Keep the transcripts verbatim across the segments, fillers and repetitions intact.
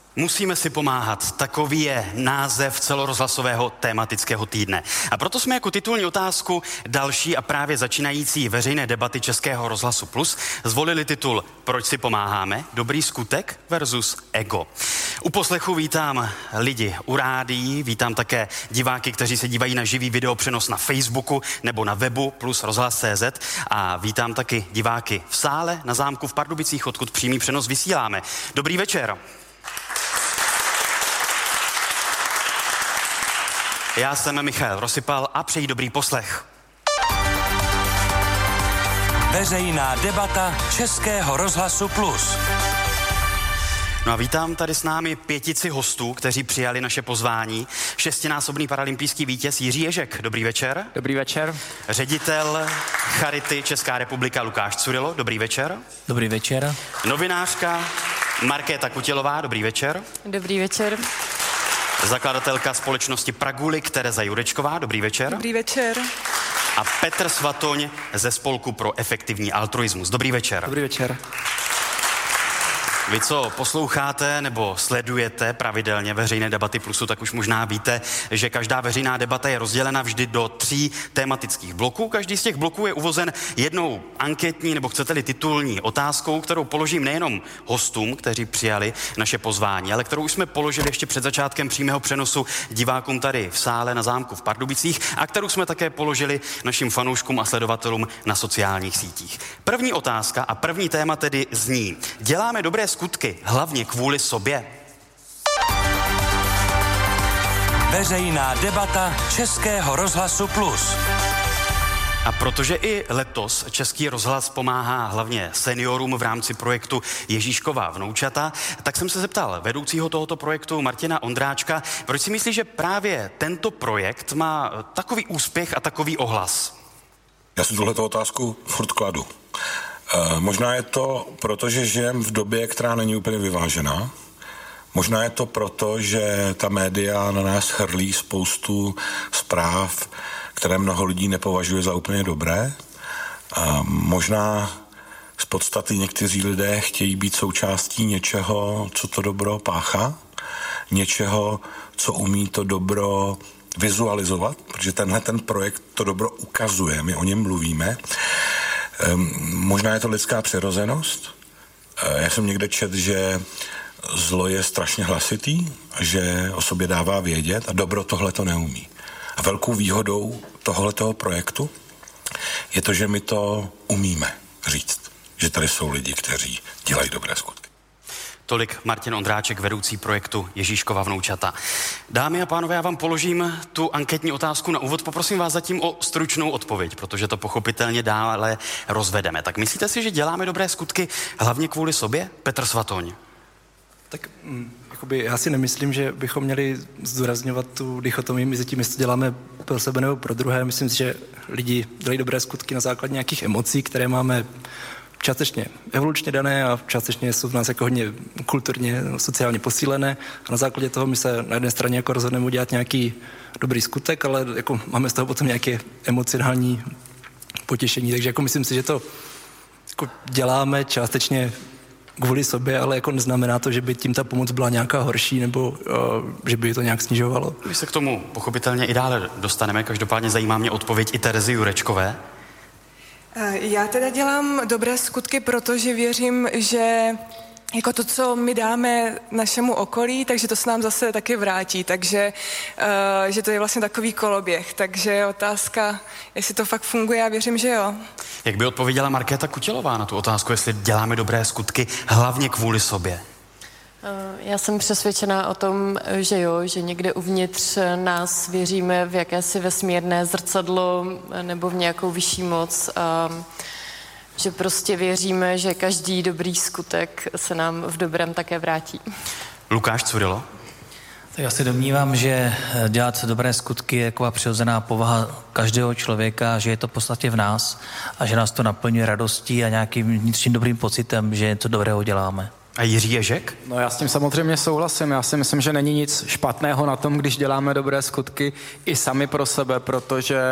Musíme si pomáhat. Takový je název celorozhlasového tématického týdne. A proto jsme jako titulní otázku další a právě začínající veřejné debaty Českého rozhlasu Plus zvolili titul Proč si pomáháme? Dobrý skutek versus ego. U poslechu vítám lidi u rádií, vítám také diváky, kteří se dívají na živý videopřenos na Facebooku nebo na webu plus rozhlas tečka cé zet a vítám taky diváky v sále na zámku v Pardubicích, odkud přímý přenos vysíláme. Dobrý večer. Já jsem Michal Rosypal a přeji dobrý poslech. Veřejná debata Českého rozhlasu Plus. No a vítám tady s námi pětici hostů, kteří přijali naše pozvání. Šestinásobný paralympijský vítěz Jiří Ježek. Dobrý večer. Dobrý večer. Ředitel Charity Česká republika Lukáš Curylo. Dobrý večer. Dobrý večer. Novinářka Markéta Kutělová. Dobrý večer. Dobrý večer. Zakladatelka společnosti Pragulik Tereza Jurečková. Dobrý večer. Dobrý večer. A Petr Svatoň ze Spolku pro efektivní altruismus. Dobrý večer. Dobrý večer. Vy, co posloucháte nebo sledujete pravidelně veřejné debaty Plusu, tak už možná víte, že každá veřejná debata je rozdělena vždy do tří tematických bloků. Každý z těch bloků je uvozen jednou anketní nebo chcete-li titulní otázkou, kterou položím nejenom hostům, kteří přijali naše pozvání, ale kterou už jsme položili ještě před začátkem přímého přenosu divákům tady v sále na zámku v Pardubicích a kterou jsme také položili našim fanouškům a sledovatelům na sociálních sítích. První otázka a první téma tedy zní: děláme dobré skutky hlavně kvůli sobě? Veřejná debata Českého rozhlasu Plus. A protože i letos Český rozhlas pomáhá hlavně seniorům v rámci projektu Ježíškova vnoučata, tak jsem se zeptal vedoucího tohoto projektu Martina Ondráčka, proč si myslí, že právě tento projekt má takový úspěch a takový ohlas? Já si tuhleto otázku furt kladu. E, možná je to proto, že žijem v době, která není úplně vyvážená. Možná je to proto, že ta média na nás chrlí spoustu zpráv, které mnoho lidí nepovažuje za úplně dobré. A možná z podstaty někteří lidé chtějí být součástí něčeho, co to dobro páchá, něčeho, co umí to dobro vizualizovat, protože tenhle ten projekt to dobro ukazuje, my o něm mluvíme. Ehm, možná je to lidská přirozenost. Ehm, já jsem někde četl, že zlo je strašně hlasitý a že o sobě dává vědět a dobro tohle to neumí. A velkou výhodou tohletoho projektu je to, že my to umíme říct, že tady jsou lidi, kteří dělají dobré skutky. Tolik Martin Ondráček, vedoucí projektu Ježíškova vnoučata. Dámy a pánové, já vám položím tu anketní otázku na úvod. Poprosím vás zatím o stručnou odpověď, protože to pochopitelně dále rozvedeme. Tak myslíte si, že děláme dobré skutky hlavně kvůli sobě? Petr Svatoň. Tak hm, jakoby, já si nemyslím, že bychom měli zdůrazňovat tu dichotomii mezi tím, jestli děláme pro sebe nebo pro druhé. Myslím si, že lidi dělají dobré skutky na základě nějakých emocí, které máme částečně evolučně dané a částečně jsou v nás jako hodně kulturně, sociálně posílené. A na základě toho my se na jedné straně jako rozhodneme udělat nějaký dobrý skutek, ale jako máme z toho potom nějaké emocionální potěšení. Takže jako myslím si, že to jako děláme částečně kvůli sobě, ale jako neznamená to, že by tím ta pomoc byla nějaká horší nebo uh, že by to nějak snižovalo. My se k tomu pochopitelně i dále dostaneme. Každopádně zajímá mě odpověď i Terezy Jurečkové. Já teda dělám dobré skutky, protože věřím, že jako to, co my dáme našemu okolí, takže to se nám zase taky vrátí, takže uh, že to je vlastně takový koloběh, takže je otázka, jestli to fakt funguje, já věřím, že jo. Jak by odpověděla Markéta Kutělová na tu otázku, jestli děláme dobré skutky hlavně kvůli sobě? Já jsem přesvědčená o tom, že jo, že někde uvnitř nás věříme v jakési vesmírné zrcadlo nebo v nějakou vyšší moc a že prostě věříme, že každý dobrý skutek se nám v dobrém také vrátí. Lukáš Curylo. Tak já se domnívám, že dělat dobré skutky je taková přirozená povaha každého člověka, že je to v podstatě v nás a že nás to naplňuje radostí a nějakým vnitřním dobrým pocitem, že něco dobrého děláme. A Jiří Ježek? No já s tím samozřejmě souhlasím. Já si myslím, že není nic špatného na tom, když děláme dobré skutky i sami pro sebe, protože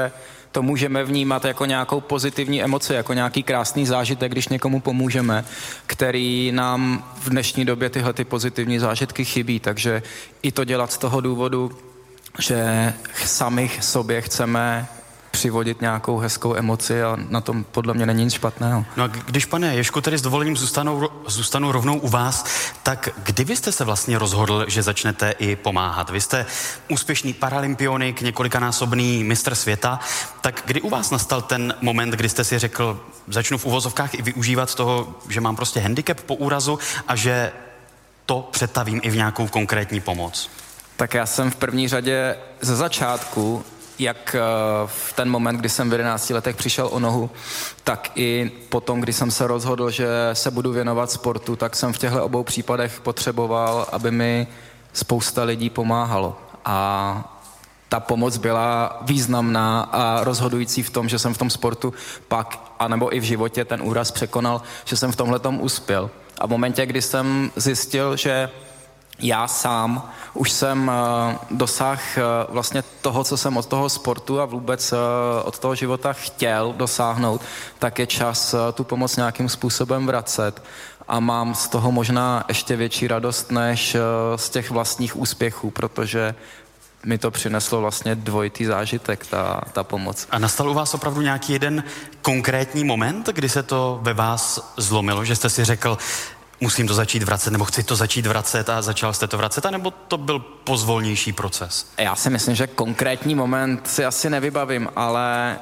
to můžeme vnímat jako nějakou pozitivní emoci, jako nějaký krásný zážitek, když někomu pomůžeme, který nám v dnešní době tyhle ty pozitivní zážitky chybí. Takže i to dělat z toho důvodu, že sami sobě chceme přivodit nějakou hezkou emoci a na tom podle mě není nic špatného. No a když, pane Ježku, tedy s dovolením zůstanu, zůstanu rovnou u vás, tak kdy vy jste se vlastně rozhodl, že začnete i pomáhat? Vy jste úspěšný paralympionik, několikanásobný mistr světa, tak kdy u vás nastal ten moment, kdy jste si řekl, začnu v uvozovkách i využívat toho, že mám prostě handicap po úrazu a že to přetavím i v nějakou konkrétní pomoc? Tak já jsem v první řadě ze začátku, jak v ten moment, kdy jsem v jedenácti letech přišel o nohu, tak i potom, kdy jsem se rozhodl, že se budu věnovat sportu, tak jsem v těchto obou případech potřeboval, aby mi spousta lidí pomáhalo. A ta pomoc byla významná a rozhodující v tom, že jsem v tom sportu pak, anebo i v životě ten úraz překonal, že jsem v tomhletom uspěl. A v momentě, kdy jsem zjistil, že já sám už jsem uh, dosáhl uh, vlastně toho, co jsem od toho sportu a vůbec uh, od toho života chtěl dosáhnout, tak je čas uh, tu pomoc nějakým způsobem vracet. A mám z toho možná ještě větší radost než uh, z těch vlastních úspěchů, protože mi to přineslo vlastně dvojitý zážitek, ta, ta pomoc. A nastal u vás opravdu nějaký jeden konkrétní moment, kdy se to ve vás zlomilo, že jste si řekl, musím to začít vracet, nebo chci to začít vracet a začal jste to vracet, anebo to byl pozvolnější proces? Já si myslím, že konkrétní moment si asi nevybavím, ale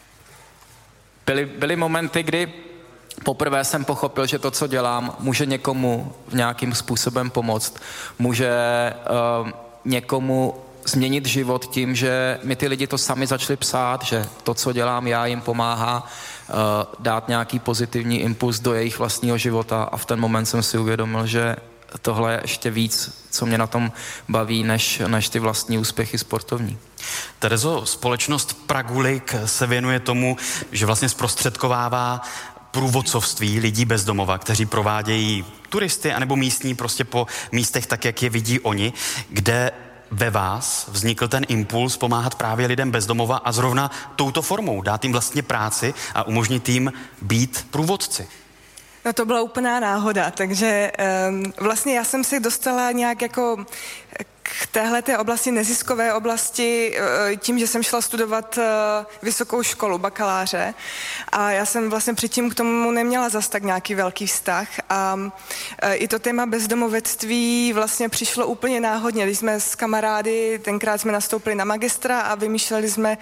byly, byly momenty, kdy poprvé jsem pochopil, že to, co dělám, může někomu v nějakým způsobem pomoct, může uh, někomu změnit život tím, že mi ty lidi to sami začali psát, že to, co dělám, já jim pomáhá uh, dát nějaký pozitivní impuls do jejich vlastního života a v ten moment jsem si uvědomil, že tohle je ještě víc, co mě na tom baví, než, než ty vlastní úspěchy sportovní. Terezo, společnost Pragulik se věnuje tomu, že vlastně zprostředkovává průvodcovství lidí bez domova, kteří provádějí turisty anebo místní prostě po místech tak, jak je vidí oni, kde ve vás vznikl ten impuls pomáhat právě lidem bez domova a zrovna touto formou dát jim vlastně práci a umožnit jim být průvodci. No to byla úplná náhoda, takže um, vlastně já jsem se dostala nějak jako k téhleté oblasti, neziskové oblasti, tím, že jsem šla studovat vysokou školu, bakaláře a já jsem vlastně předtím k tomu neměla zas tak nějaký velký vztah a i to téma bezdomovectví vlastně přišlo úplně náhodně, když jsme s kamarády, tenkrát jsme nastoupili na magistra a vymýšleli jsme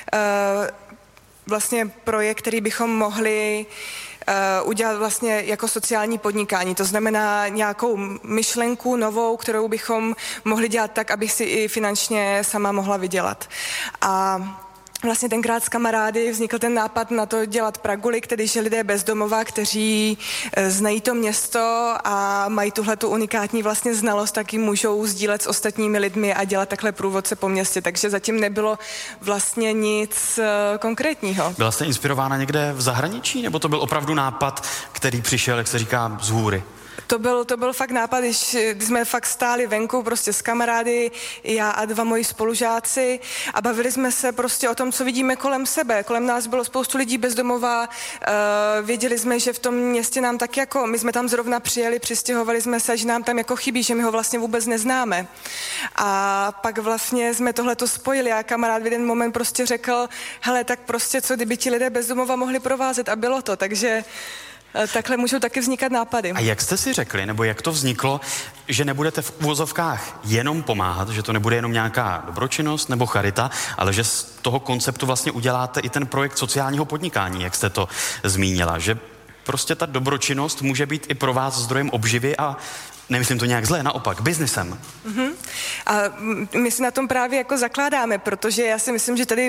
vlastně projekt, který bychom mohli Uh, udělat vlastně jako sociální podnikání. To znamená nějakou myšlenku novou, kterou bychom mohli dělat tak, abych si i finančně sama mohla vydělat. A vlastně tenkrát s kamarády vznikl ten nápad na to dělat Pragulik, tedy že lidé bez domova, kteří znají to město a mají tuhletu unikátní vlastně znalost, tak ji můžou sdílet s ostatními lidmi a dělat takhle průvodce po městě. Takže zatím nebylo vlastně nic konkrétního. Byla jste inspirována někde v zahraničí, nebo to byl opravdu nápad, který přišel, jak se říká, z hůry? To byl, to byl fakt nápad, když, když jsme fakt stáli venku prostě s kamarády, já a dva moji spolužáci a bavili jsme se prostě o tom, co vidíme kolem sebe. Kolem nás bylo spoustu lidí bezdomova, uh, věděli jsme, že v tom městě nám tak jako, my jsme tam zrovna přijeli, přistěhovali jsme se, že nám tam jako chybí, že my ho vlastně vůbec neznáme. A pak vlastně jsme tohleto spojili a kamarád v jeden moment prostě řekl, hele, tak prostě co kdyby ti lidé bezdomova mohli provázet a bylo to, takže takhle můžou taky vznikat nápady. A jak jste si řekli, nebo jak to vzniklo, že nebudete v uvozovkách jenom pomáhat, že to nebude jenom nějaká dobročinnost nebo charita, ale že z toho konceptu vlastně uděláte i ten projekt sociálního podnikání, jak jste to zmínila, že prostě ta dobročinnost může být i pro vás zdrojem obživy a nemyslím to nějak zlé, naopak, biznesem. Uh-huh. A my si na tom právě jako zakládáme, protože já si myslím, že tady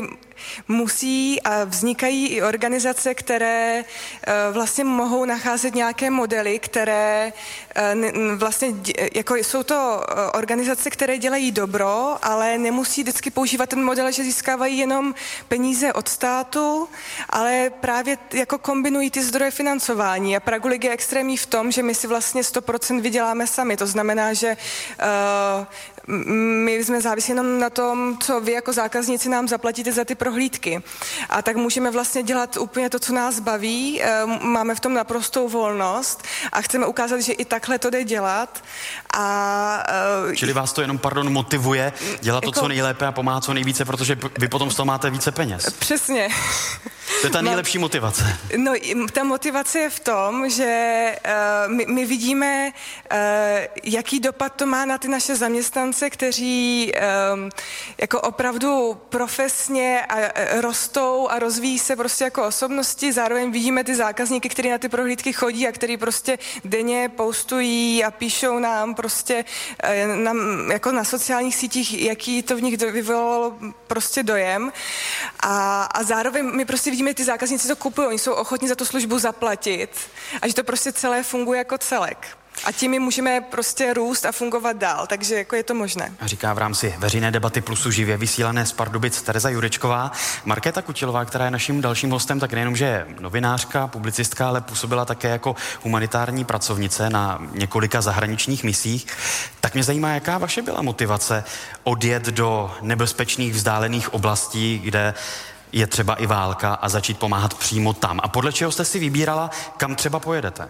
musí a vznikají i organizace, které uh, vlastně mohou nacházet nějaké modely, které uh, vlastně jako jsou to organizace, které dělají dobro, ale nemusí vždycky používat ten model, že získávají jenom peníze od státu, ale právě jako kombinují ty zdroje financování. A Pragulik je extrémní v tom, že my si vlastně sto procent vyděláme sami. To znamená, že uh, my jsme závislí jenom na tom, co vy jako zákazníci nám zaplatíte za ty prohlídky. A tak můžeme vlastně dělat úplně to, co nás baví, máme v tom naprostou volnost a chceme ukázat, že i takhle to jde dělat. A, Čili vás to jenom, pardon, motivuje dělat jako, to, co nejlépe a pomáhat co nejvíce, protože vy potom z toho máte více peněz. Přesně. To je ta nejlepší motivace. No, ta motivace je v tom, že uh, my, my vidíme, uh, jaký dopad to má na ty naše zaměstnance, kteří um, jako opravdu profesně a, uh, rostou a rozvíjí se prostě jako osobnosti. Zároveň vidíme ty zákazníky, kteří na ty prohlídky chodí a kteří prostě denně postují a píšou nám prostě uh, nám, jako na sociálních sítích, jaký to v nich vyvolalo prostě dojem. A, a zároveň my prostě vidíme, ty zákazníci to kupují, oni jsou ochotní za tu službu zaplatit a že to prostě celé funguje jako celek. A tím my můžeme prostě růst a fungovat dál, takže jako je to možné. Říká v rámci veřejné debaty Plusu živě vysílané z Pardubic Tereza Jurečková. Markéta Kutilová, která je naším dalším hostem, tak nejenom, že je novinářka, publicistka, ale působila také jako humanitární pracovnice na několika zahraničních misích. Tak mě zajímá, jaká vaše byla motivace odjet do nebezpečných vzdálených oblastí, kde je třeba i válka a začít pomáhat přímo tam. A podle čeho jste si vybírala, kam třeba pojedete?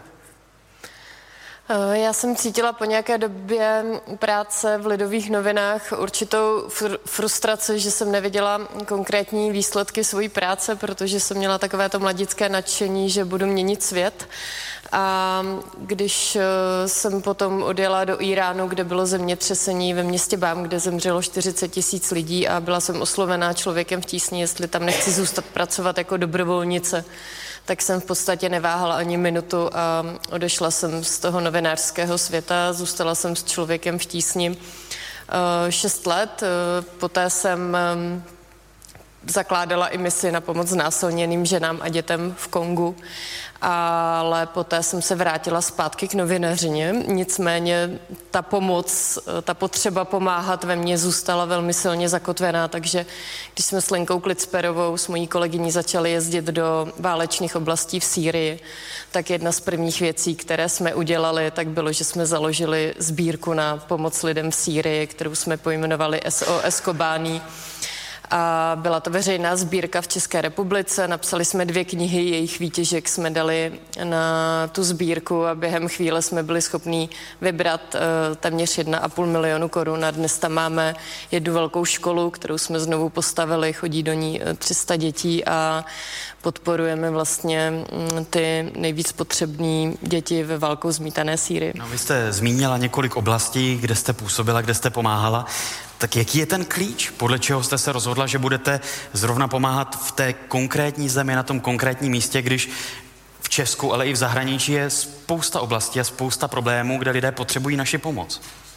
Já jsem cítila po nějaké době práce v Lidových novinách určitou fr- frustraci, že jsem neviděla konkrétní výsledky své práce, protože jsem měla takové to mladické nadšení, že budu měnit svět. A když jsem potom odjela do Iránu, kde bylo zemětřesení ve městě Bám, kde zemřelo čtyřicet tisíc lidí a byla jsem oslovená člověkem v tísni, jestli tam nechci zůstat pracovat jako dobrovolnice, tak jsem v podstatě neváhala ani minutu a odešla jsem z toho novinářského světa, zůstala jsem s člověkem v tísni šest let, poté jsem zakládala i misi na pomoc znásilněným ženám a dětem v Kongu, ale poté jsem se vrátila zpátky k novinařině. Nicméně ta pomoc, ta potřeba pomáhat ve mně zůstala velmi silně zakotvená, takže když jsme s Lenkou Klicperovou, s mojí kolegyní, začali jezdit do válečných oblastí v Sýrii, tak jedna z prvních věcí, které jsme udělali, tak bylo, že jsme založili sbírku na pomoc lidem v Sýrii, kterou jsme pojmenovali S O S Kobání. A byla to veřejná sbírka v České republice, napsali jsme dvě knihy, jejich výtěžek jsme dali na tu sbírku a během chvíle jsme byli schopní vybrat uh, téměř jedna a půl milionu korun a dnes tam máme jednu velkou školu, kterou jsme znovu postavili, chodí do ní tři sta dětí a podporujeme vlastně ty nejvíc potřební děti ve válkou zmítané Sýrii. No, vy jste zmínila několik oblastí, kde jste působila, kde jste pomáhala. Tak jaký je ten klíč, podle čeho jste se rozhodla, že budete zrovna pomáhat v té konkrétní zemi, na tom konkrétním místě, když v Česku, ale i v zahraničí je spousta oblastí a spousta problémů, kde lidé potřebují naši pomoc?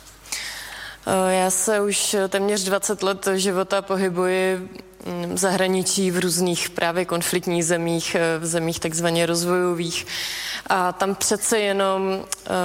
Já se už téměř dvacet let života pohybuji v zahraničí, v různých právě konfliktních zemích, v zemích takzvaně rozvojových. A tam přece jenom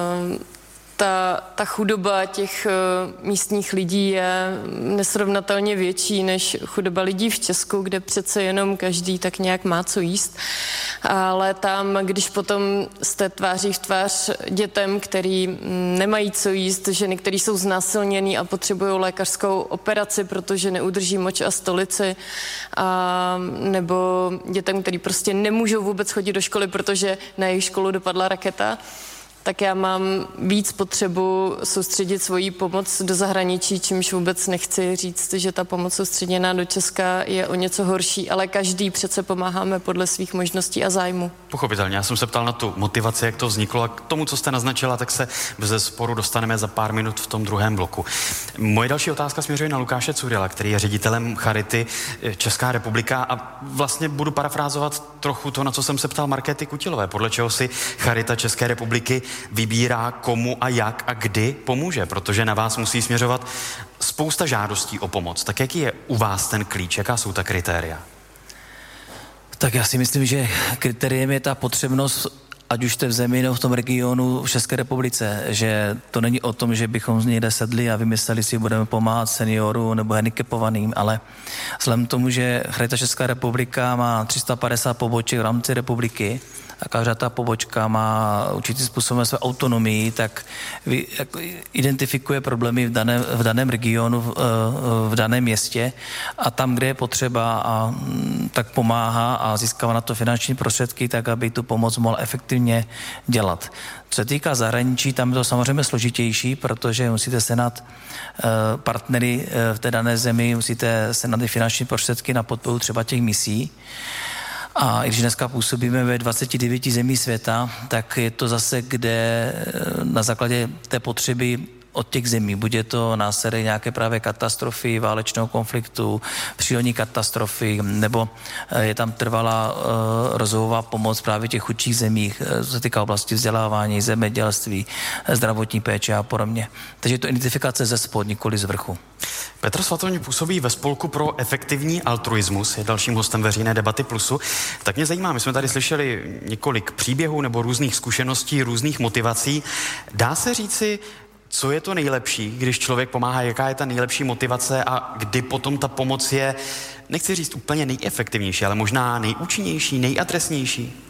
Ta, ta chudoba těch uh, místních lidí je nesrovnatelně větší než chudoba lidí v Česku, kde přece jenom každý tak nějak má co jíst. Ale tam, když potom jste tváří v tvář dětem, který nemají co jíst, ženy, které jsou znásilněný a potřebují lékařskou operaci, protože neudrží moč a stolici, a, nebo dětem, který prostě nemůžou vůbec chodit do školy, protože na jejich školu dopadla raketa, tak já mám víc potřebu soustředit svoji pomoc do zahraničí, čímž vůbec nechci říct, že ta pomoc soustředěná do Česka je o něco horší, ale každý přece pomáháme podle svých možností a zájmu. Pochopitelně, já jsem se ptal na tu motivaci, jak to vzniklo a k tomu, co jste naznačila, tak se bez sporu dostaneme za pár minut v tom druhém bloku. Moje další otázka směřuje na Lukáše Curila, který je ředitelem Charity Česká republika a vlastně budu parafrázovat trochu to, na co jsem se ptal Markéty Kutilové, podle čeho si Charita České republiky vybírá, komu a jak a kdy pomůže, protože na vás musí směřovat spousta žádostí o pomoc. Tak jaký je u vás ten klíč? Jaká jsou ta kritéria? Tak já si myslím, že kritériem je ta potřebnost, ať už jste v zemi nebo v tom regionu v České republice, že to není o tom, že bychom někde sedli a vymysleli si, budeme pomáhat seniorům nebo handicapovaným, ale vzhledem k tomu, že Charita Česká republika má tři sta padesát poboček v rámci republiky a každá ta pobočka má určitým způsobem své autonomii, tak vy, jako, identifikuje problémy v daném, v daném regionu, v, v daném městě a tam, kde je potřeba, a, tak pomáhá a získává na to finanční prostředky, tak aby tu pomoc mohl efektivně dělat. Co se týká zahraničí, tam je to samozřejmě složitější, protože musíte sehnat partnery v té dané zemi, musíte sehnat i finanční prostředky na podporu třeba těch misí. A i když dneska působíme ve dvaceti devíti zemí světa, tak je to zase, kde na základě té potřeby od těch zemí. Bude to následně nějaké právě katastrofy, válečného konfliktu, přírodní katastrofy, nebo je tam trvalá uh, rozvojová pomoc právě těch chudších zemích, co se týká oblasti vzdělávání, zemědělství, zdravotní péče a podobně. Takže je to identifikace ze spod, nikoli z vrchu. Petr Svatoň působí ve Spolku pro efektivní altruismus, je dalším hostem veřejné debaty Plusu. Tak mě zajímá, my jsme tady slyšeli několik příběhů nebo různých zkušeností, různých motivací. Dá se říci, co je to nejlepší, když člověk pomáhá, jaká je ta nejlepší motivace a kdy potom ta pomoc je, nechci říct úplně nejefektivnější, ale možná nejúčinnější, nejadresnější?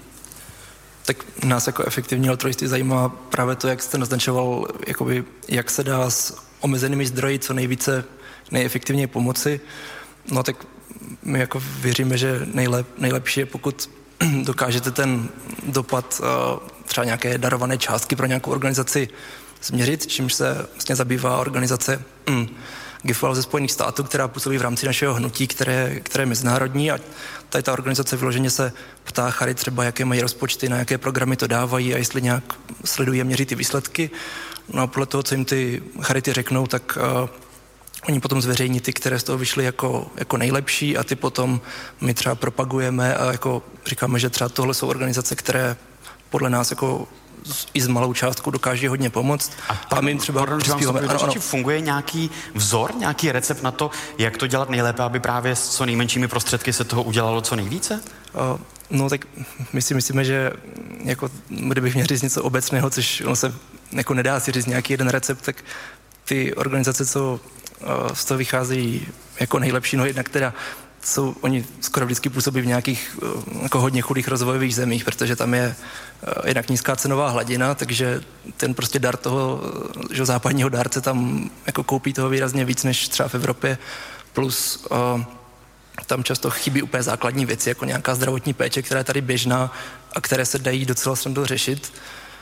Tak nás jako efektivní altruisty zajímá právě to, jak jste naznačoval, jakoby, jak se dá s omezenými zdroji co nejvíce, nejefektivněji pomoci. No tak my jako věříme, že nejlep, nejlepší je, pokud dokážete ten dopad třeba nějaké darované částky pro nějakou organizaci změřit, čímž se vlastně zabývá organizace mm, GIFWAL ze Spojených států, která působí v rámci našeho hnutí, které, které je mezinárodní, a tady ta organizace vyloženě se ptá Charit třeba, jaké mají rozpočty, na jaké programy to dávají a jestli nějak sledují a měří ty výsledky. No a podle toho, co jim ty Charity řeknou, tak uh, oni potom zveřejní ty, které z toho vyšly jako, jako nejlepší, a ty potom my třeba propagujeme a jako říkáme, že třeba tohle jsou organizace, které podle nás jako i s malou částkou dokáže hodně pomoct. A, pardon, a my třeba přispíváme. Ano, ano. Funguje nějaký vzor, nějaký recept na to, jak to dělat nejlépe, aby právě s co nejmenšími prostředky se toho udělalo co nejvíce? Uh, no tak my si myslíme, že jako, kdybych měl říct něco obecného, což ono se jako nedá si říct nějaký jeden recept, tak ty organizace, co uh, z toho vycházejí jako nejlepší, no jednak teda jsou, oni skoro vždycky působí v nějakých uh, jako hodně chudých rozvojových zemích, protože tam je uh, jednak nízká cenová hladina, takže ten prostě dar toho, že západního dárce tam jako koupí toho výrazně víc než třeba v Evropě, plus uh, tam často chybí úplně základní věci, jako nějaká zdravotní péče, která je tady běžná a které se dají docela snadno řešit.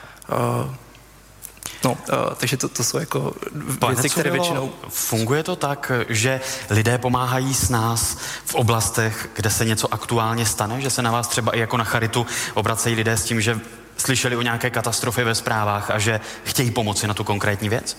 Uh, No, uh, takže to, to jsou jako věci, které většinou... Funguje to tak, že lidé pomáhají s nás v oblastech, kde se něco aktuálně stane, že se na vás třeba i jako na Charitu obracejí lidé s tím, že slyšeli o nějaké katastrofě ve zprávách a že chtějí pomoci na tu konkrétní věc?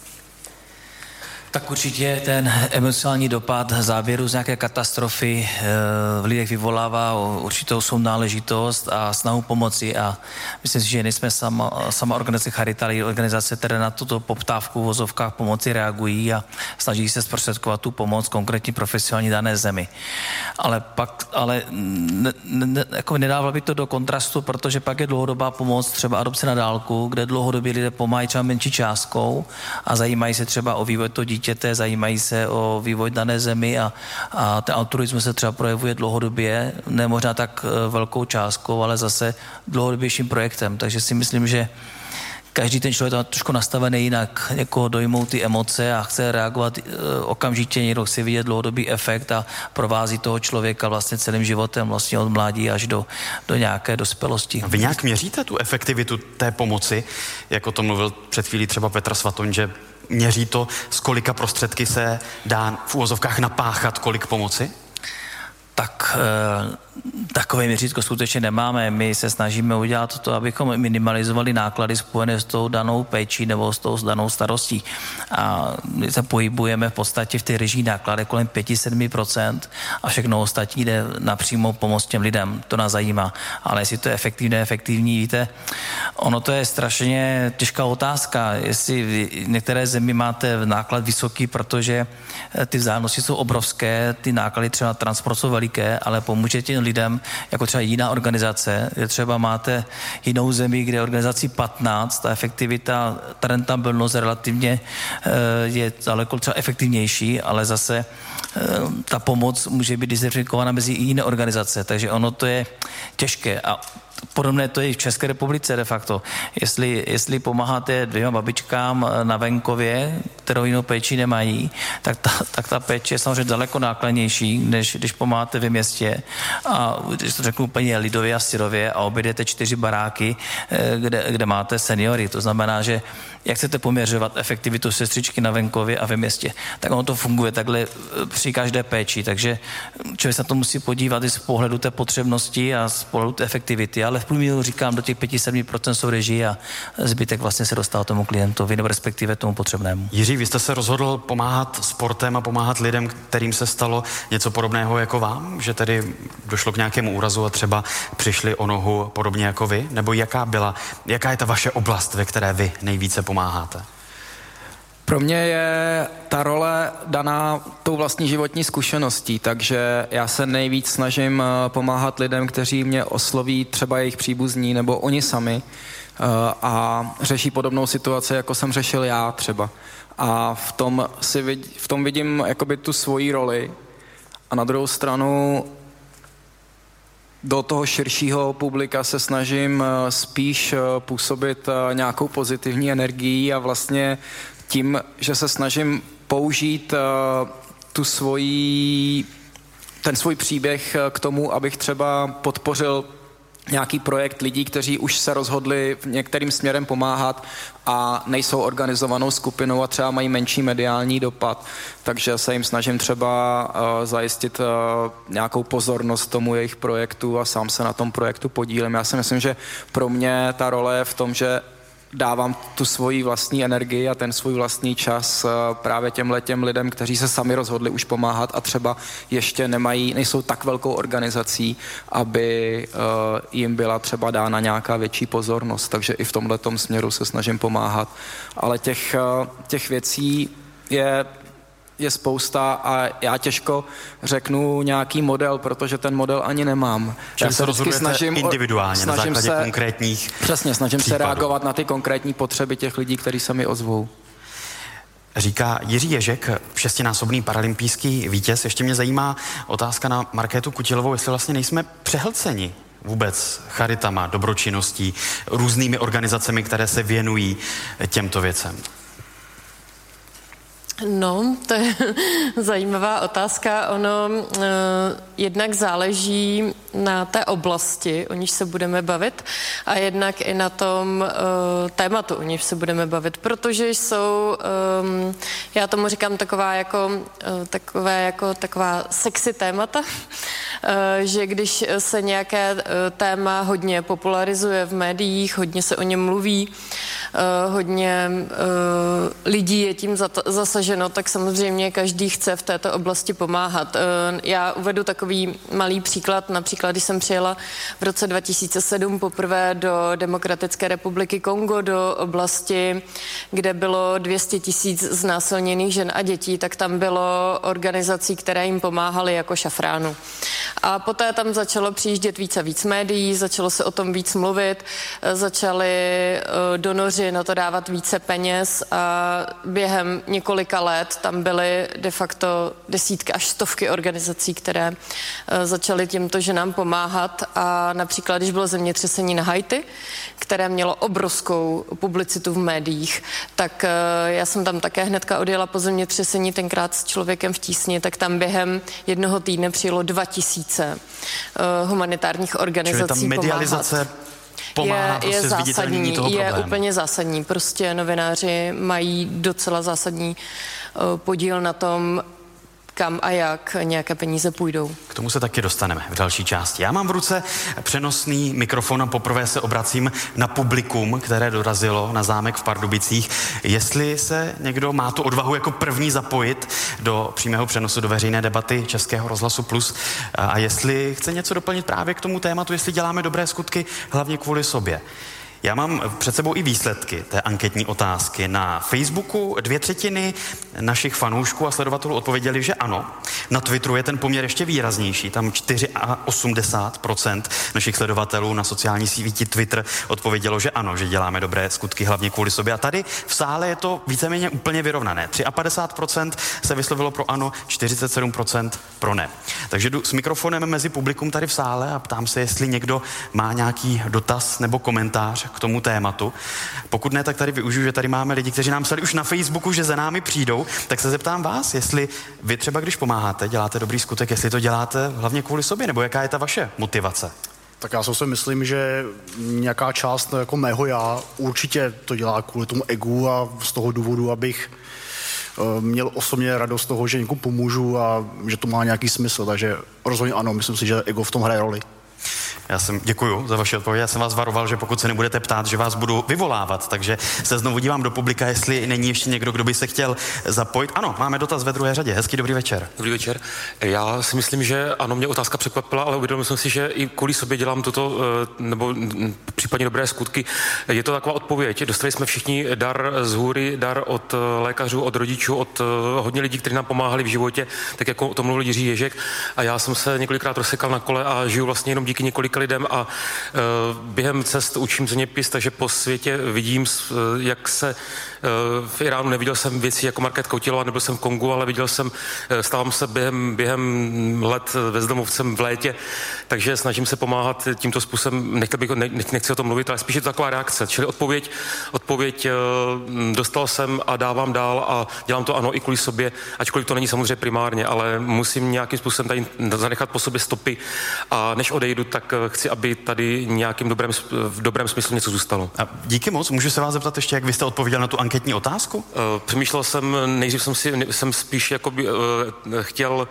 Tak určitě ten emocionální dopad záběru z nějaké katastrofy v lidech vyvolává určitou sounáležitost a snahu pomoci, a myslím si, že nejsme sama, sama organizace Charita, ale organizace, které na tuto poptávku v vozovkách pomoci reagují a snaží se zprostředkovat tu pomoc konkrétní profesionální dané zemi. Ale pak, ale ne, ne, jako nedávalo by to do kontrastu, protože pak je dlouhodobá pomoc, třeba adopce na dálku, kde dlouhodobě lidé pomáhají třeba menší částkou a zajímají se třeba o vývoj toho dítěte, zajímají se o vývoj dané zemi, a, a ten altruismus se třeba projevuje dlouhodobě, ne možná tak velkou částkou, ale zase dlouhodobějším projektem. Takže si myslím, že každý ten člověk je trošku nastavený jinak, někoho dojmou ty emoce a chce reagovat okamžitě, někdo chce vidět dlouhodobý efekt a provází toho člověka vlastně celým životem, vlastně od mládí až do, do nějaké dospělosti. Vy nějak měříte tu efektivitu té pomoci, jako to mluvil před chvílí třeba Petr Svatoň, že měří to, z kolika prostředky se dá v uvozovkách napáchat, kolik pomoci? Tak e, takové měřítko skutečně nemáme. My se snažíme udělat to, abychom minimalizovali náklady spojené s tou danou péčí nebo s tou danou starostí. A my se pohybujeme v podstatě v té režii nákladech kolem pět až sedm procent a všechno ostatní jde na přímou pomoc těm lidem. To nás zajímá. Ale jestli to je efektivní, efektivní, víte, ono to je strašně těžká otázka. Jestli v některé zemi máte náklad vysoký, protože ty vzájemnosti jsou obrovské, ty náklady třeba na transport jsou veliké, ale pomůže těm lidem, jako třeba jiná organizace, kde třeba máte jinou zemi, kde je organizací patnáct, ta efektivita, ta rentabilnost relativně je daleko třeba efektivnější, ale zase ta pomoc může být diversifikovaná mezi jiné organizace, takže ono to je těžké. A podobné to je i v České republice de facto. Jestli, jestli pomáháte dvěma babičkám na venkově, kterou jinou péči nemají, tak ta, tak ta péče je samozřejmě daleko nákladnější, než když pomáháte ve městě a když to řeknu úplně lidově a syrově a objedete čtyři baráky, kde, kde máte seniory. To znamená, že jak chcete poměřovat efektivitu sestřičky na venkově a ve městě, tak ono to funguje takhle při každé péči, takže člověk se na to musí podívat i z pohledu té potřebnosti a z pohledu té efektivity, ale v průměru říkám, do těch pět až sedm procent jsou režie a zbytek vlastně se dostává tomu klientovi nebo respektive tomu potřebnému. Jiří, vy jste se rozhodl pomáhat sportem a pomáhat lidem, kterým se stalo něco podobného jako vám, že tedy došlo k nějakému úrazu a třeba přišli o nohu podobně jako vy, nebo jaká byla, jaká je ta vaše oblast, ve které vy nejvíce pomáháte? Pro mě je ta role daná tou vlastní životní zkušeností, takže já se nejvíc snažím pomáhat lidem, kteří mě osloví, třeba jejich příbuzní nebo oni sami a řeší podobnou situaci, jako jsem řešil já třeba. A v tom, si vid, v tom vidím jakoby tu svoji roli a na druhou stranu do toho širšího publika se snažím spíš působit nějakou pozitivní energií a vlastně tím, že se snažím použít uh, tu svoji, ten svůj příběh k tomu, abych třeba podpořil nějaký projekt lidí, kteří už se rozhodli v některým směrem pomáhat a nejsou organizovanou skupinou a třeba mají menší mediální dopad. Takže se jim snažím třeba uh, zajistit uh, nějakou pozornost tomu jejich projektu a sám se na tom projektu podílím. Já si myslím, že pro mě ta role je v tom, že dávám tu svoji vlastní energii a ten svůj vlastní čas právě těmhletěm lidem, kteří se sami rozhodli už pomáhat a třeba ještě nemají, nejsou tak velkou organizací, aby uh, jim byla třeba dána nějaká větší pozornost. Takže i v tomhletom směru se snažím pomáhat. Ale těch, uh, těch věcí je je spousta a já těžko řeknu nějaký model, protože ten model ani nemám. Čili já se rozhodujete snažím, individuálně, snažím na základě se, konkrétních Přesně, snažím případů. se reagovat na ty konkrétní potřeby těch lidí, kteří se mi ozvou. Říká Jiří Ježek, šestinásobný paralympijský vítěz. Ještě mě zajímá otázka na Markétu Kutilovou, jestli vlastně nejsme přehlceni vůbec charitama, dobročinností, různými organizacemi, které se věnují těmto věcem. No, to je zajímavá otázka. Ono eh, jednak záleží na té oblasti, o níž se budeme bavit, a jednak i na tom eh, tématu, o níž se budeme bavit, protože jsou, eh, já tomu říkám taková jako, eh, takové jako taková sexy témata, eh, že když se nějaké eh, téma hodně popularizuje v médiích, hodně se o něm mluví, eh, hodně eh, lidí je tím zasaženo, tak samozřejmě každý chce v této oblasti pomáhat. Já uvedu takový malý příklad. Například, když jsem přijela v roce dva tisíce sedm poprvé do Demokratické republiky Kongo, do oblasti, kde bylo dvě stě tisíc znásilněných žen a dětí, tak tam bylo organizací, které jim pomáhaly jako Šafránu. A poté tam začalo přijíždět víc a víc médií, začalo se o tom víc mluvit, začali donoři na to dávat více peněz a během několika let tam byly de facto desítky až stovky organizací, které začaly těmto ženám pomáhat. A například, když bylo zemětřesení na Haiti, které mělo obrovskou publicitu v médiích, tak já jsem tam také hnedka odjela po zemětřesení, tenkrát s Člověkem v tísni, tak tam během jednoho týdne přijelo dva tisíce humanitárních organizací pomáhat. Čili ta medializace pomáhá je, je prostě zásadní, toho je úplně zásadní. Prostě novináři mají docela zásadní uh, podíl na tom, kam a jak nějaké peníze půjdou. K tomu se taky dostaneme v další části. Já mám v ruce přenosný mikrofon a poprvé se obracím na publikum, které dorazilo na zámek v Pardubicích. Jestli se někdo má tu odvahu jako první zapojit do přímého přenosu do veřejné debaty Českého rozhlasu Plus a jestli chce něco doplnit právě k tomu tématu, jestli děláme dobré skutky hlavně kvůli sobě. Já mám před sebou i výsledky té anketní otázky. Na Facebooku dvě třetiny našich fanoušků a sledovatelů odpověděli, že ano. Na Twitteru je ten poměr ještě výraznější. Tam osmdesát čtyři procent našich sledovatelů na sociální síti Twitter odpovědělo, že ano, že děláme dobré skutky hlavně kvůli sobě. A tady v sále je to víceméně úplně vyrovnané. padesát tři procent se vyslovilo pro ano, čtyřicet sedm procent pro ne. Takže jdu s mikrofonem mezi publikum tady v sále a ptám se, jestli někdo má nějaký dotaz nebo komentář k tomu tématu. Pokud ne, tak tady využiju, že tady máme lidi, kteří nám psali už na Facebooku, že za námi přijdou, tak se zeptám vás, jestli vy třeba, když pomáháte, děláte dobrý skutek, jestli to děláte hlavně kvůli sobě, nebo jaká je ta vaše motivace? Tak já si myslím, že nějaká část jako mého já určitě to dělá kvůli tomu egu a z toho důvodu, abych měl osobně radost z toho, že někomu pomůžu a že to má nějaký smysl, takže rozhodně ano, myslím si, že ego v tom hraje roli. Já jsem děkuju za vaši odpověď. Já jsem vás varoval, že pokud se nebudete ptát, že vás budu vyvolávat, takže se znovu dívám do publika, jestli není ještě někdo, kdo by se chtěl zapojit. Ano, máme dotaz ve druhé řadě. Hezký dobrý večer. Dobrý večer. Já si myslím, že ano, mě otázka překvapila, ale uvědomil jsem si, že i kvůli sobě dělám toto, nebo případně dobré skutky. Je to taková odpověď. Dostali jsme všichni dar z hůry, dar od lékařů, od rodičů, od hodně lidí, kteří nám pomáhali v životě, tak jako o tom mluvil Jiří Ježek. A já jsem se několikrát rozsekal na kole a žiju vlastně jenom díky několika lidem a uh, během cest učím zeměpis, takže po světě vidím, uh, jak se uh, v Iránu neviděl jsem věci jako Markéta Koutilová, nebyl jsem v Kongu, ale viděl jsem, uh, stávám se během, během let bezdomovcem v létě, takže snažím se pomáhat tímto způsobem, nechtěl bych, ne, nechci o tom mluvit, ale spíš je to taková reakce, čili odpověď, odpověď uh, dostal jsem a dávám dál a dělám to ano i kvůli sobě, ačkoliv to není samozřejmě primárně, ale musím nějakým způsobem tady zanechat po sobě stopy a než odejdu, tak chci, aby tady nějakým dobrém, v dobrém smyslu něco zůstalo. A díky moc. Můžu se vás zeptat ještě, jak vy jste odpověděl na tu anketní otázku? Uh, přemýšlel jsem, nejdřív jsem si, jsem spíš jakoby uh, chtěl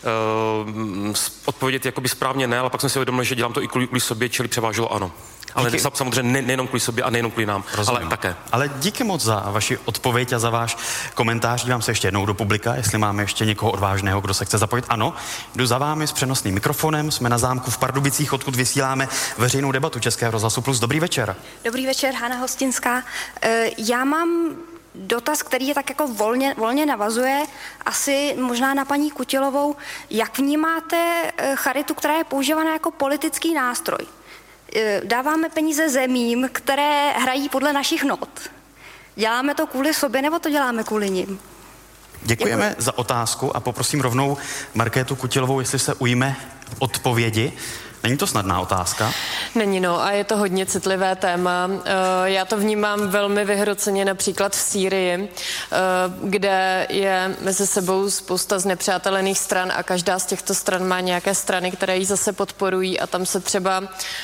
uh, odpovědět jakoby správně ne, ale pak jsem si uvědomil, že dělám to i kvůli, kvůli sobě, čili převážilo ano. Ale díky. Samozřejmě ne, nejenom kvůli sobě a nejenom kvůli nám, rozumím. Ale také. Ale díky moc za vaši odpověď a za váš komentář. Dívám se ještě jednou do publika, jestli máme ještě někoho odvážného, kdo se chce zapojit. Ano, jdu za vámi s přenosným mikrofonem. Jsme na zámku v Pardubicích, odkud vysíláme veřejnou debatu Českého rozhlasu Plus. Dobrý večer. Dobrý večer, Hana Hostinská. Já mám dotaz, který je tak jako volně, volně navazuje asi možná na paní Kutilovou. Jak vnímáte charitu, která je používaná jako politický nástroj? Dáváme peníze zemím, které hrají podle našich not. Děláme to kvůli sobě, nebo to děláme kvůli nim? Děkujeme Děkuji. za otázku a poprosím rovnou Markétu Kutilovou, jestli se ujme odpovědi. Není to snadná otázka? Není, no, a je to hodně citlivé téma. Já to vnímám velmi vyhroceně například v Sýrii, kde je mezi sebou spousta znepřátelených stran a každá z těchto stran má nějaké strany, které ji zase podporují a tam se třeba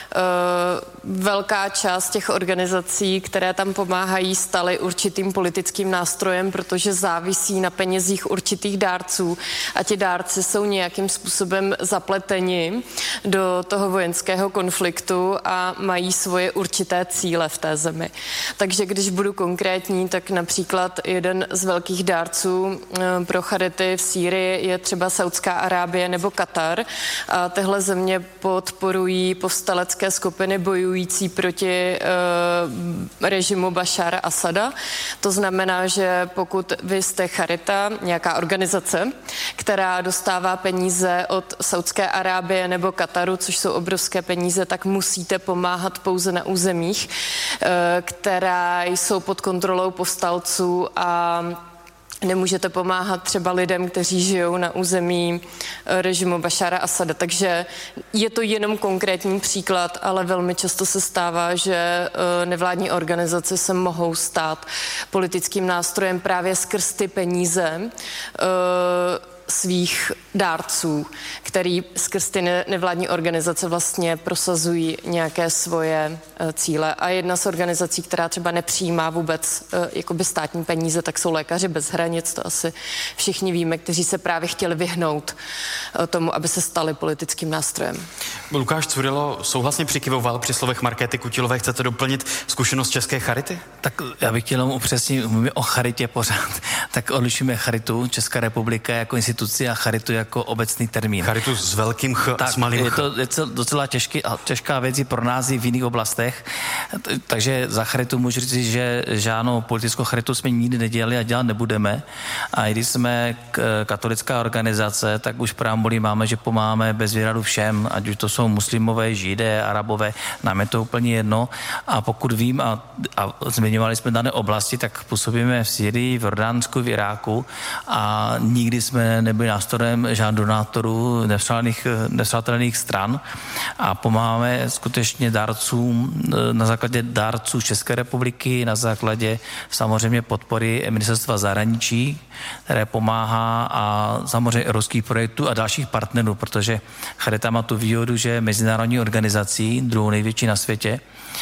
velká část těch organizací, které tam pomáhají, staly určitým politickým nástrojem, protože závisí na penězích určitých dárců a ti dárci jsou nějakým způsobem zapleteni do toho vojenského konfliktu a mají svoje určité cíle v té zemi. Takže když budu konkrétní, tak například jeden z velkých dárců pro charity v Sýrii je třeba Saudská Arábie nebo Katar. A tyhle země podporují povstalecké skupiny bojující proti uh, režimu Bašára Asada. To znamená, že pokud vy jste charita, nějaká organizace, která dostává peníze od Saudské Arábie nebo Kataru, což jsou obrovské peníze, tak musíte pomáhat pouze na územích, která jsou pod kontrolou povstalců a nemůžete pomáhat třeba lidem, kteří žijou na území režimu Bašára Asada. Takže je to jenom konkrétní příklad, ale velmi často se stává, že nevládní organizace se mohou stát politickým nástrojem právě skrz ty peníze svých dárců, který skrz ty nevládní organizace vlastně prosazují nějaké svoje cíle. A jedna z organizací, která třeba nepřijímá vůbec jakoby státní peníze, tak jsou Lékaři bez hranic, to asi všichni víme, kteří se právě chtěli vyhnout tomu, aby se stali politickým nástrojem. Lukáš Curylo souhlasně přikyvoval při slovech Markéty Kutilové. Chcete doplnit zkušenost České charity? Tak já bych chtěl upřesnit, mluvíme o charitě pořád, tak odlišíme charitu Česká republika jako instituce instituci a charitu jako obecný termín. Charitu s velkým ch tak, a s malým je ch. to je to docela těžký, těžká věc i pro nás i v jiných oblastech. Takže za charitu můžu říct, že žádnou politickou charitu jsme nikdy nedělali a dělat nebudeme. A i když jsme katolická organizace, tak už v preambuli máme, že pomáháme bez výhradu všem, ať už to jsou muslimové, židé, arabové, nám je to úplně jedno. A pokud vím, a, a zmiňovali jsme dané oblasti, tak působíme v Syrii, v Jordánsku, v Iráku a nikdy jsme nebyli nástrojem žádných donátorů nevstřelatelných stran a pomáháme skutečně dárcům na základě dárců České republiky, na základě samozřejmě podpory Ministerstva zahraničí, které pomáhá a samozřejmě ruských projektů a dalších partnerů, protože Charita má tu výhodu, že je mezinárodní organizací, druhou největší na světě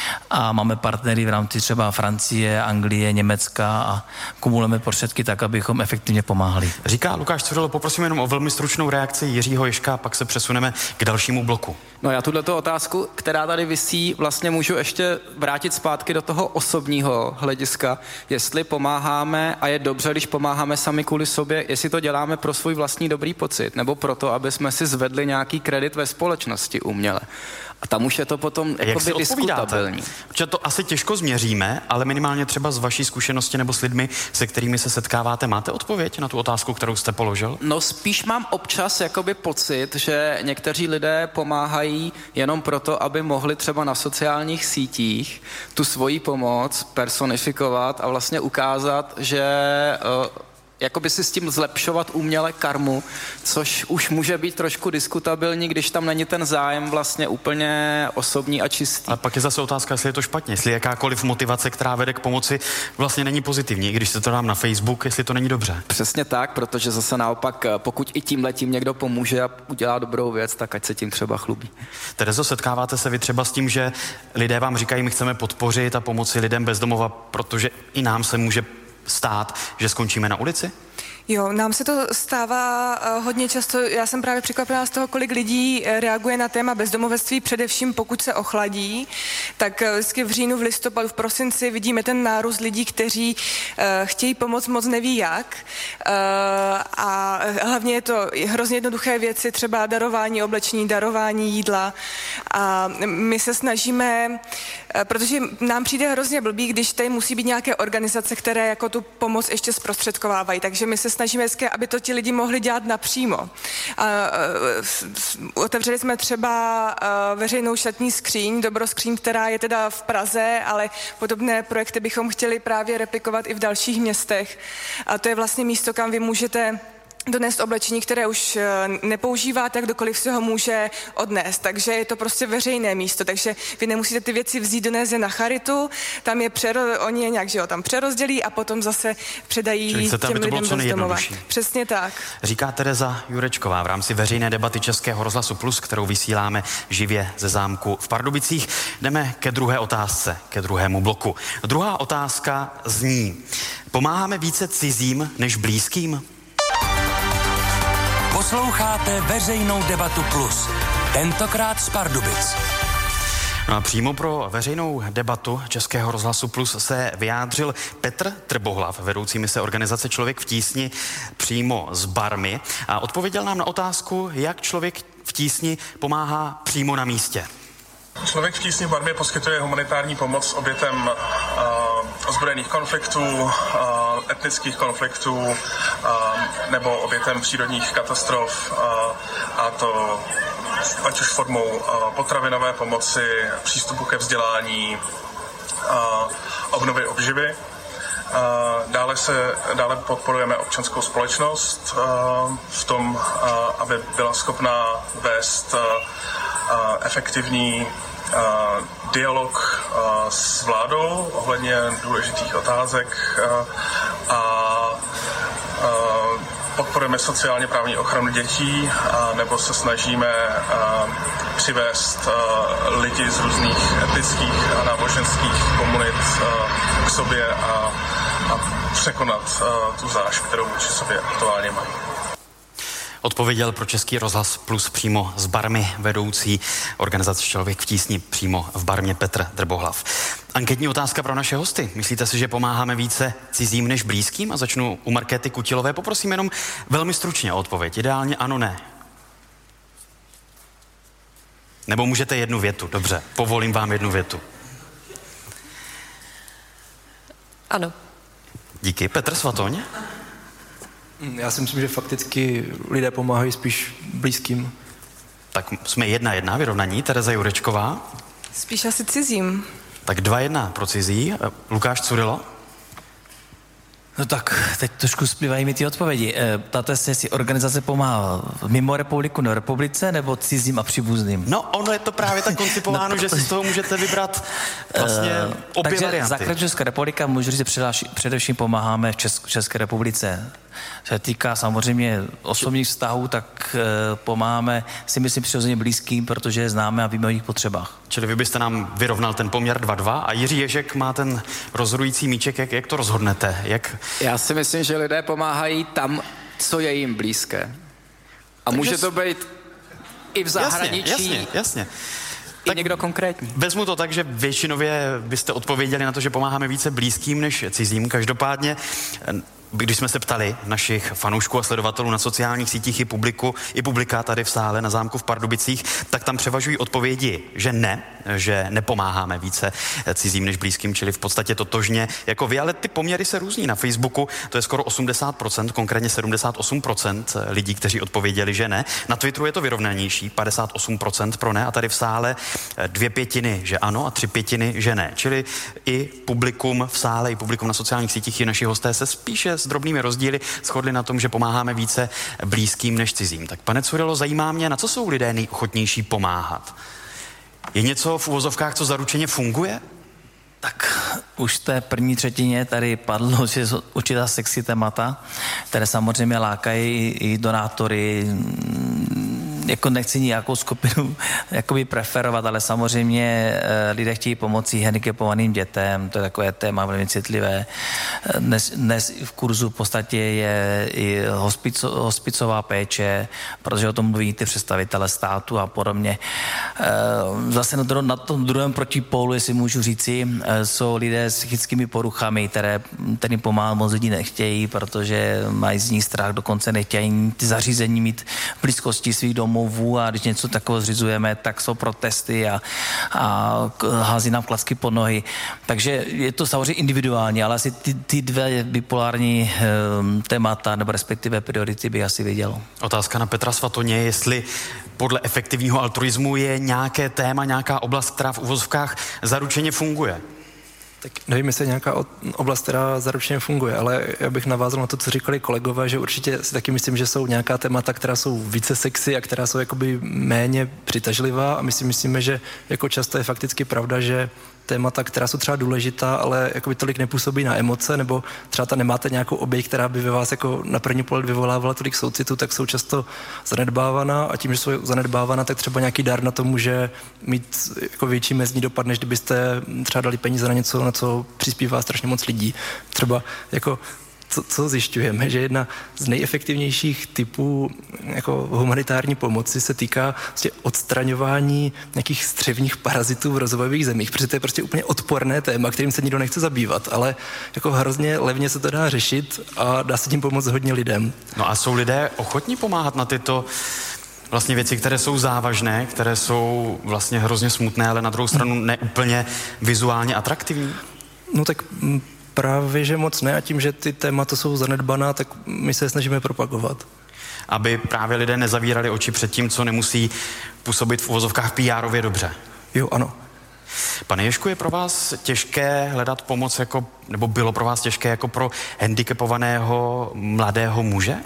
a máme partnery v rámci třeba Francie, Anglie, Německa a kumulujeme prostředky tak, abychom efektivně pomáhali. Říká Lukáš Cvrilo, poprosím jenom o velmi stručnou reakci Jiřího Ježka, pak se přesuneme k dalšímu bloku. No já tuto otázku, která tady visí, vlastně můžu ještě vrátit zpátky do toho osobního hlediska, jestli pomáháme a je dobře, když pomáháme sami kvůli sobě, jestli to děláme pro svůj vlastní dobrý pocit, nebo proto, aby jsme si zvedli nějaký kredit ve společnosti uměle. A tam už je to potom jakoby diskutabilní. Protože to asi těžko změříme, ale minimálně třeba z vaší zkušenosti nebo s lidmi, se kterými se setkáváte, máte odpověď na tu otázku, kterou jste položil? No spíš mám občas jakoby pocit, že někteří lidé pomáhají jenom proto, aby mohli třeba na sociálních sítích tu svoji pomoc personifikovat a vlastně ukázat, že uh, jakoby si s tím zlepšovat uměle karmu, což už může být trošku diskutabilní, když tam není ten zájem vlastně úplně osobní a čistý. A pak je zase otázka, jestli je to špatně, jestli jakákoliv motivace, která vede k pomoci, vlastně není pozitivní, i když se to dám na Facebook, jestli to není dobře. Přesně tak, protože zase naopak, pokud i tímhletím někdo pomůže a udělá dobrou věc, tak ať se tím třeba chlubí. Terezo, setkáváte se vy třeba s tím, že lidé vám říkají, my chceme podpořit a pomoci lidem bez domova, protože i nám se může stát, že skončíme na ulici? Jo, nám se to stává uh, hodně často. Já jsem právě překvapená z toho, kolik lidí uh, reaguje na téma bezdomovectví, především pokud se ochladí. Tak uh, vždycky v říjnu, v listopadu, v prosinci vidíme ten nárůst lidí, kteří uh, chtějí pomoct, moc neví jak. Uh, a hlavně je to hrozně jednoduché věci, třeba darování oblečení, darování jídla. A my se snažíme, uh, protože nám přijde hrozně blbý, když tady musí být nějaké organizace, které jako tu pomoc ještě zprostředkovávají. Takže my se snažíme vždycky, aby to ti lidi mohli dělat napřímo. A, otevřeli jsme třeba veřejnou šatní skříň, Dobroskříň, která je teda v Praze, ale podobné projekty bychom chtěli právě replikovat i v dalších městech. A to je vlastně místo, kam vy můžete donést oblečení, které už nepoužíváte, kdokoliv si ho může odnést. Takže je to prostě veřejné místo, takže vy nemusíte ty věci vzít, donést je na charitu, tam je přero, oni je nějak, že jo, tam přerozdělí a potom zase předají chcete, těm aby to lidem bez domova. Přesně tak. Říká Tereza Jurečková v rámci veřejné debaty Českého rozhlasu Plus, kterou vysíláme živě ze zámku v Pardubicích. Jdeme ke druhé otázce, ke druhému bloku. Druhá otázka zní: pomáháme více cizím než blízkým? Posloucháte veřejnou debatu Plus. Tentokrát z Pardubic. No a přímo pro veřejnou debatu Českého rozhlasu Plus se vyjádřil Petr Trbohlav, vedoucí mise organizace Člověk v tísni přímo z Barmy, a odpověděl nám na otázku, jak Člověk v tísni pomáhá přímo na místě. Člověk v tísni v Barmě poskytuje humanitární pomoc obětem uh, ozbrojených konfliktů, uh, etnických konfliktů uh, nebo obětem přírodních katastrof, uh, a to ať už formou uh, potravinové pomoci, přístupu ke vzdělání, uh, obnovy obživy. Uh, dále, se, dále podporujeme občanskou společnost uh, v tom, uh, aby byla schopná vést uh, uh, efektivní uh, dialog uh, s vládou ohledně důležitých otázek uh, a uh, podporujeme sociálně právní ochranu dětí a nebo se snažíme uh, přivést uh, lidi z různých etnických a náboženských komunit uh, k sobě a, a překonat uh, tu zášť, kterou vůči sobě aktuálně mají. Odpověděl pro Český rozhlas Plus přímo z Barmy vedoucí organizace Člověk v tísni přímo v Barmě Petr Trbohlav. Anketní otázka pro naše hosty. Myslíte si, že pomáháme více cizím než blízkým? A začnu u Markéty Kutilové. Poprosím jenom velmi stručně o odpověď. Ideálně ano, ne. Nebo můžete jednu větu. Dobře, povolím vám jednu větu. Ano. Díky. Petr Svatoň? Já si myslím, že fakticky lidé pomáhají spíš blízkým. Tak jsme jedna jedna, vyrovnaní. Tereza Jurečková? Spíš asi cizím. Tak dva jedna pro cizí. Lukáš Curylo? No tak, teď trošku splývají mi ty odpovědi. E, ptáte se, jestli organizace pomáhá mimo republiku nebo republice, nebo cizím a příbuzným? No, ono je to právě tak koncipováno, no, že si z toho můžete vybrat vlastně uh, obě takže varianty. Takže Česká republika, můžu říct, že především pomáháme v Česk- České republice. Se týká samozřejmě osobních vztahů, tak uh, pomáháme si myslím přirozeně blízkým, protože je známe a víme o jejich potřebách. Čili vy byste nám vyrovnal ten poměr dva dva a Jiří Ježek má ten rozhodující míček. Jak, jak to rozhodnete? Jak... Já si myslím, že lidé pomáhají tam, co je jim blízké. A Takže může to být i v zahraničí. Jasně, jasně, jasně. I tak někdo konkrétní. Vezmu to tak, že většinově byste odpověděli na to, že pomáháme více blízkým než cizím. Každopádně, když jsme se ptali našich fanoušků a sledovatelů na sociálních sítích i publiku, i publika tady v sále na zámku v Pardubicích, tak tam převažují odpovědi, že ne, že nepomáháme více cizím než blízkým, čili v podstatě totožně jako vy, ale ty poměry se různí. Na Facebooku to je skoro osmdesát procent, konkrétně sedmdesát osm procent lidí, kteří odpověděli, že ne. Na Twitteru je to vyrovnanější, padesát osm procent pro ne a tady v sále dvě pětiny, že ano a tři pětiny, že ne. Čili i publikum v sále, i publikum na sociálních sítích, i naši hosté se spíše s drobnými rozdíly shodli na tom, že pomáháme více blízkým než cizím. Tak pane Curylo, zajímá mě, na co jsou lidé nejochotnější pomáhat? Je něco v uvozovkách, co zaručeně funguje? Tak už v té první třetině tady padlo, že jsou určitá sexy témata, které samozřejmě lákají i donátory. Jako nechci nějakou skupinu jakoby preferovat, ale samozřejmě lidé chtějí pomoci handicapovaným dětem, to je takové téma velmi citlivé. Dnes, dnes v kurzu v podstatě je i hospico, hospicová péče, protože o tom mluví ty představitele státu a podobně. Zase na, na tom druhém protipólu, jestli můžu říci, jsou lidé s psychickými poruchami, které, kterým pomáhat moc lidí nechtějí, protože mají z nich strach, dokonce nechtějí ty zařízení mít v blízkosti svých domů a když něco takového zřizujeme, tak jsou protesty a, a hází nám klacky pod nohy. Takže je to samozřejmě individuální, ale asi ty, ty dvě bipolární um, témata nebo respektive priority bych asi viděl. Otázka na Petra Svatoně, jestli podle efektivního altruismu je nějaké téma, nějaká oblast, která v uvozovkách zaručeně funguje. Tak nevím, jestli je nějaká oblast, která zaručeně funguje, ale já bych navázal na to, co říkali kolegové, že určitě si taky myslím, že jsou nějaká témata, která jsou více sexy a která jsou jakoby méně přitažlivá a my si myslíme, že jako často je fakticky pravda, že témata, která jsou třeba důležitá, ale jakoby tolik nepůsobí na emoce, nebo třeba ta nemáte nějakou oběť, která by ve vás jako na první pohled vyvolávala tolik soucitu, tak jsou často zanedbávaná a tím, že jsou zanedbávaná, tak třeba nějaký dar na to může mít jako větší mezní dopad, než kdybyste třeba dali peníze na něco, na co přispívá strašně moc lidí. Třeba jako Co, co zjišťujeme, že jedna z nejefektivnějších typů jako humanitární pomoci se týká vlastně odstraňování nějakých střevních parazitů v rozvojových zemích, protože to je prostě úplně odporné téma, kterým se nikdo nechce zabývat, ale jako hrozně levně se to dá řešit a dá se tím pomoct hodně lidem. No a jsou lidé ochotní pomáhat na tyto vlastně věci, které jsou závažné, které jsou vlastně hrozně smutné, ale na druhou stranu neúplně vizuálně atraktivní? No tak právě, že moc ne a tím, že ty témata jsou zanedbaná, tak my se je snažíme propagovat. Aby právě lidé nezavírali oči před tím, co nemusí působit v uvozovkách P R ově dobře. Jo, ano. Pane Ježku, je pro vás těžké hledat pomoc, jako, nebo bylo pro vás těžké jako pro handicapovaného mladého muže?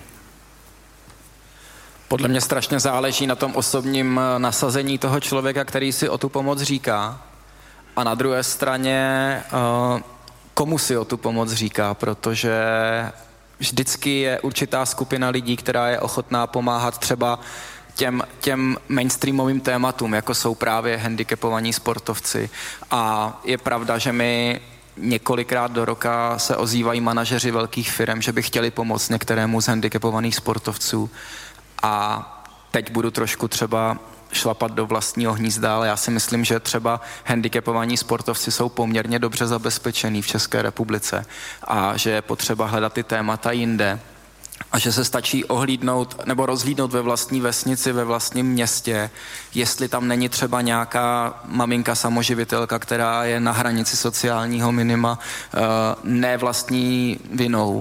Podle mě strašně záleží na tom osobním nasazení toho člověka, který si o tu pomoc říká. A na druhé straně uh, komu si o tu pomoc říká, protože vždycky je určitá skupina lidí, která je ochotná pomáhat třeba těm, těm mainstreamovým tématům, jako jsou právě handicapovaní sportovci. A je pravda, že my několikrát do roka se ozývají manažeři velkých firm, že by chtěli pomoct některému z handicapovaných sportovců. A teď budu trošku třeba šlapat do vlastního hnízda, ale já si myslím, že třeba handicapovaní sportovci jsou poměrně dobře zabezpečení v České republice a že je potřeba hledat ty témata jinde. A že se stačí ohlídnout nebo rozhlídnout ve vlastní vesnici, ve vlastním městě, jestli tam není třeba nějaká maminka samoživitelka, která je na hranici sociálního minima, ne vlastní vinou.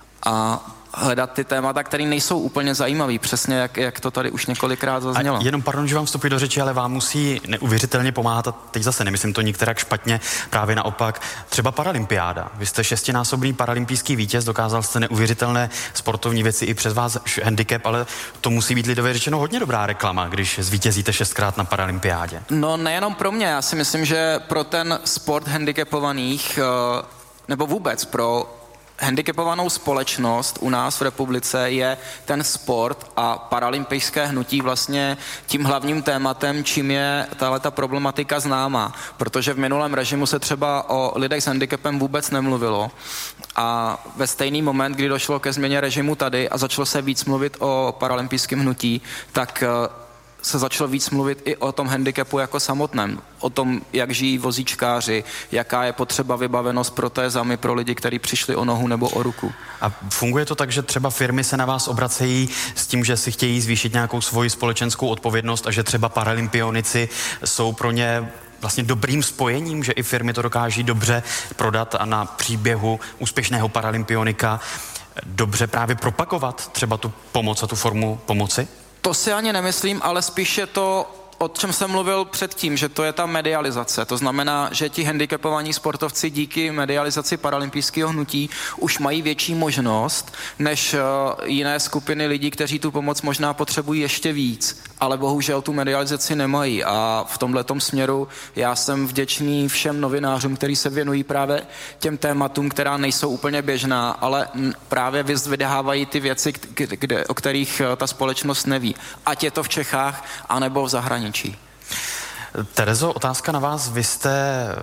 A hledat ty témata, které nejsou úplně zajímavý, přesně jak, jak to tady už několikrát zaznělo. A jenom pardon, že vám vstupuji do řeči, ale vám musí neuvěřitelně pomáhat, a teď zase nemyslím to nikterak špatně, právě naopak, třeba paralympiáda. Vy jste šestinásobný paralympijský vítěz, dokázal jste neuvěřitelné sportovní věci i přes vás handicap, ale to musí být lidově řečeno hodně dobrá reklama, když zvítězíte šestkrát na paralympiádě. No nejenom pro mě, já si myslím, že pro ten sport handicapovaných, nebo vůbec pro handicapovanou společnost u nás v republice je ten sport a paralympijské hnutí vlastně tím hlavním tématem, čím je tahleta problematika známá. Protože v minulém režimu se třeba o lidech s handicapem vůbec nemluvilo a ve stejný moment, kdy došlo ke změně režimu tady a začalo se víc mluvit o paralympijském hnutí, tak se začalo víc mluvit i o tom handicapu jako samotném, o tom, jak žijí vozíčkáři, jaká je potřeba vybavenost protézami pro lidi, kteří přišli o nohu nebo o ruku. A funguje to tak, že třeba firmy se na vás obracejí s tím, že si chtějí zvýšit nějakou svoji společenskou odpovědnost a že třeba paralympionici jsou pro ně vlastně dobrým spojením, že i firmy to dokáží dobře prodat a na příběhu úspěšného paralympionika dobře právě propagovat třeba tu pomoc a tu formu pomoci? To si ani nemyslím, ale spíš je to, o čem jsem mluvil předtím, že to je ta medializace. To znamená, že ti handicapovaní sportovci díky medializaci paralympijského hnutí už mají větší možnost než jiné skupiny lidí, kteří tu pomoc možná potřebují ještě víc, ale bohužel tu medializaci nemají. A v tomhletom směru já jsem vděčný všem novinářům, kteří se věnují právě těm tématům, která nejsou úplně běžná, ale právě vyzdvihávají ty věci, kde, o kterých ta společnost neví. Ať je to v Čechách, anebo v zahraničí. Terezo, otázka na vás. Vy jste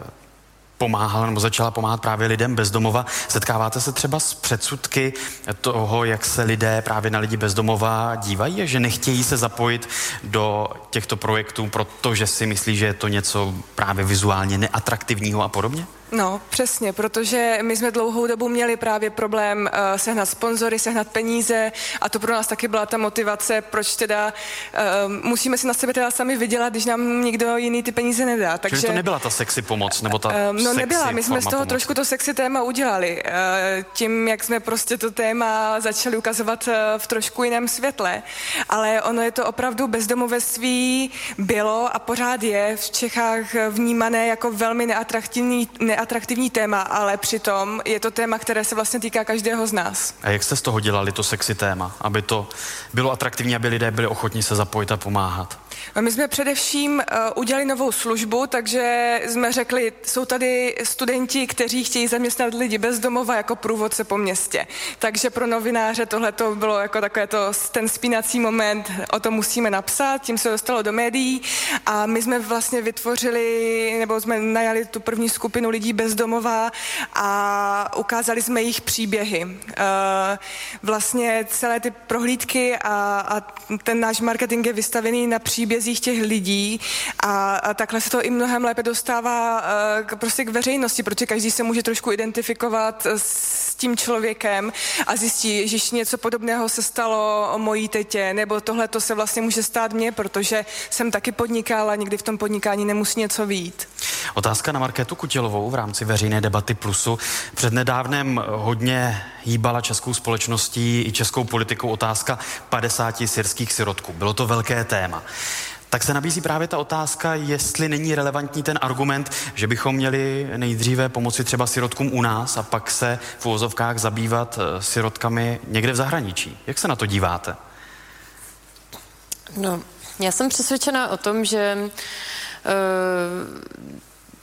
pomáhala nebo začala pomáhat právě lidem bez domova. Setkáváte se třeba s předsudky toho, jak se lidé právě na lidi bez domova dívají, že nechtějí se zapojit do těchto projektů, protože si myslí, že je to něco právě vizuálně neatraktivního a podobně? No, přesně, protože my jsme dlouhou dobu měli právě problém uh, sehnat sponzory, sehnat peníze a to pro nás taky byla ta motivace, proč teda uh, musíme si na sebe teda sami vydělat, když nám nikdo jiný ty peníze nedá. Takže Čili to nebyla ta sexy pomoc, nebo ta uh, No sexy nebyla, my jsme z toho pomoci. trošku to sexy téma udělali. Uh, tím, jak jsme prostě to téma začali ukazovat uh, v trošku jiném světle. Ale ono je to opravdu bezdomovectví bylo a pořád je v Čechách vnímané jako velmi neatraktivní, ne atraktivní téma, ale přitom je to téma, které se vlastně týká každého z nás. A jak jste z toho dělali to sexy téma, aby to bylo atraktivní, aby lidé byli ochotní se zapojit a pomáhat? My jsme především uh, udělali novou službu, takže jsme řekli, jsou tady studenti, kteří chtějí zaměstnat lidi bez domova jako průvodce po městě. Takže pro novináře tohle to bylo jako takové to, ten spínací moment, o tom musíme napsat, tím se dostalo do médií a my jsme vlastně vytvořili, nebo jsme najali tu první skupinu lidí bez domova a ukázali jsme jejich příběhy. Uh, vlastně celé ty prohlídky a, a ten náš marketing je vystavený na příbězích těch lidí a, a takhle se to i mnohem lépe dostává uh, k, prostě k veřejnosti, protože každý se může trošku identifikovat s tím člověkem a zjistí, že něco podobného se stalo mojí tetě, nebo tohle to se vlastně může stát mně, protože jsem taky podnikala, nikdy v tom podnikání nemusí něco vyjít. Otázka na Markétu Kutělovou v rámci veřejné debaty Plusu. Přednedávnem hodně hýbala českou společností i českou politikou otázka padesáti syrských sirotků. Bylo to velké téma. Tak se nabízí právě ta otázka, jestli není relevantní ten argument, že bychom měli nejdříve pomoci třeba sirotkům u nás a pak se v uvozovkách zabývat sirotkami někde v zahraničí. Jak se na to díváte? No, já jsem přesvědčená o tom, že uh,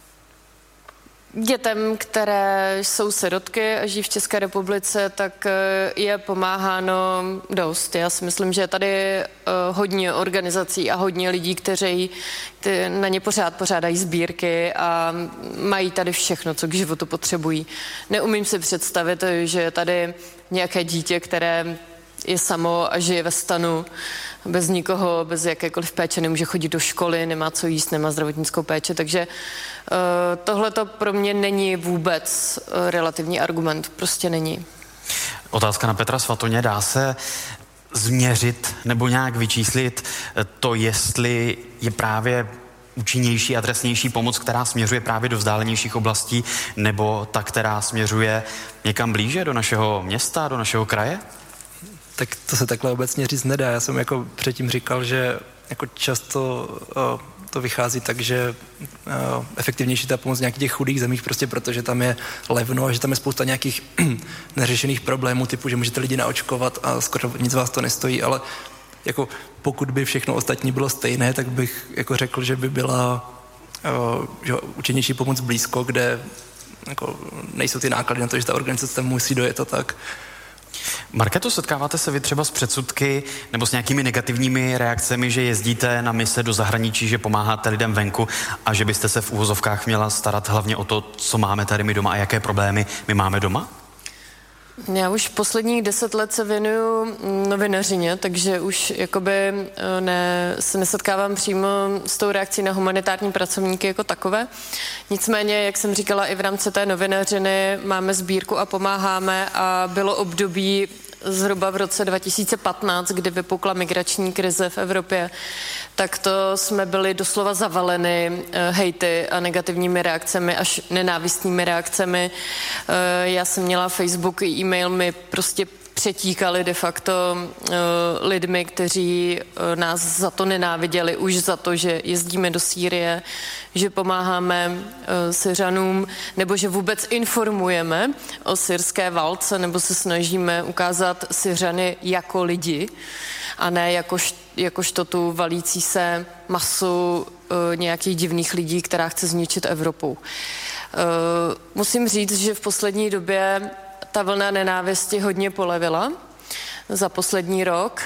dětem, které jsou sirotky a žijí v České republice, tak je pomáháno dost. Já si myslím, že je tady hodně organizací a hodně lidí, kteří na ně pořád pořádají sbírky a mají tady všechno, co k životu potřebují. Neumím si představit, že je tady nějaké dítě, které je samo a žije ve stanu bez nikoho, bez jakékoliv péče, nemůže chodit do školy, nemá co jíst, nemá zdravotnickou péči, takže tohle to pro mě není vůbec relativní argument, prostě není. Otázka na Petra Svatoně, dá se změřit nebo nějak vyčíslit to, jestli je právě účinnější, adresnější pomoc, která směřuje právě do vzdálenějších oblastí, nebo ta, která směřuje někam blíže do našeho města, do našeho kraje? Tak to se takhle obecně říct nedá. Já jsem jako předtím říkal, že jako často uh, to vychází tak, že uh, efektivnější ta pomoc v nějakých těch chudých zemích, prostě protože tam je levno a že tam je spousta nějakých neřešených problémů, typu, že můžete lidi naočkovat a skoro nic vás to nestojí, ale jako pokud by všechno ostatní bylo stejné, tak bych jako řekl, že by byla uh, že účinnější pomoc blízko, kde jako nejsou ty náklady na to, že ta organizace tam musí dojet a tak. Markéto, setkáváte se vy třeba s předsudky nebo s nějakými negativními reakcemi, že jezdíte na mise do zahraničí, že pomáháte lidem venku a že byste se v úvozovkách měla starat hlavně o to, co máme tady my doma a jaké problémy my máme doma? Já už posledních deset let se věnuju novinařině, takže už jakoby ne, se nesetkávám přímo s tou reakcí na humanitární pracovníky jako takové. Nicméně, jak jsem říkala, i v rámci té novinařiny máme sbírku a pomáháme a bylo období zhruba v roce dva tisíce patnáct, kdy vypukla migrační krize v Evropě, tak to jsme byli doslova zavaleni hejty a negativními reakcemi, až nenávistnými reakcemi. Já jsem měla Facebook i e-mail, mi prostě přetíkali de facto uh, lidmi, kteří uh, nás za to nenáviděli, už za to, že jezdíme do Sýrie, že pomáháme uh, Syřanům, nebo že vůbec informujeme o syrské válce, nebo se snažíme ukázat Syřany jako lidi, a ne jakož, jakožto tu valící se masu uh, nějakých divných lidí, která chce zničit Evropu. Uh, musím říct, že v poslední době ta vlna nenávisti hodně polevila za poslední rok.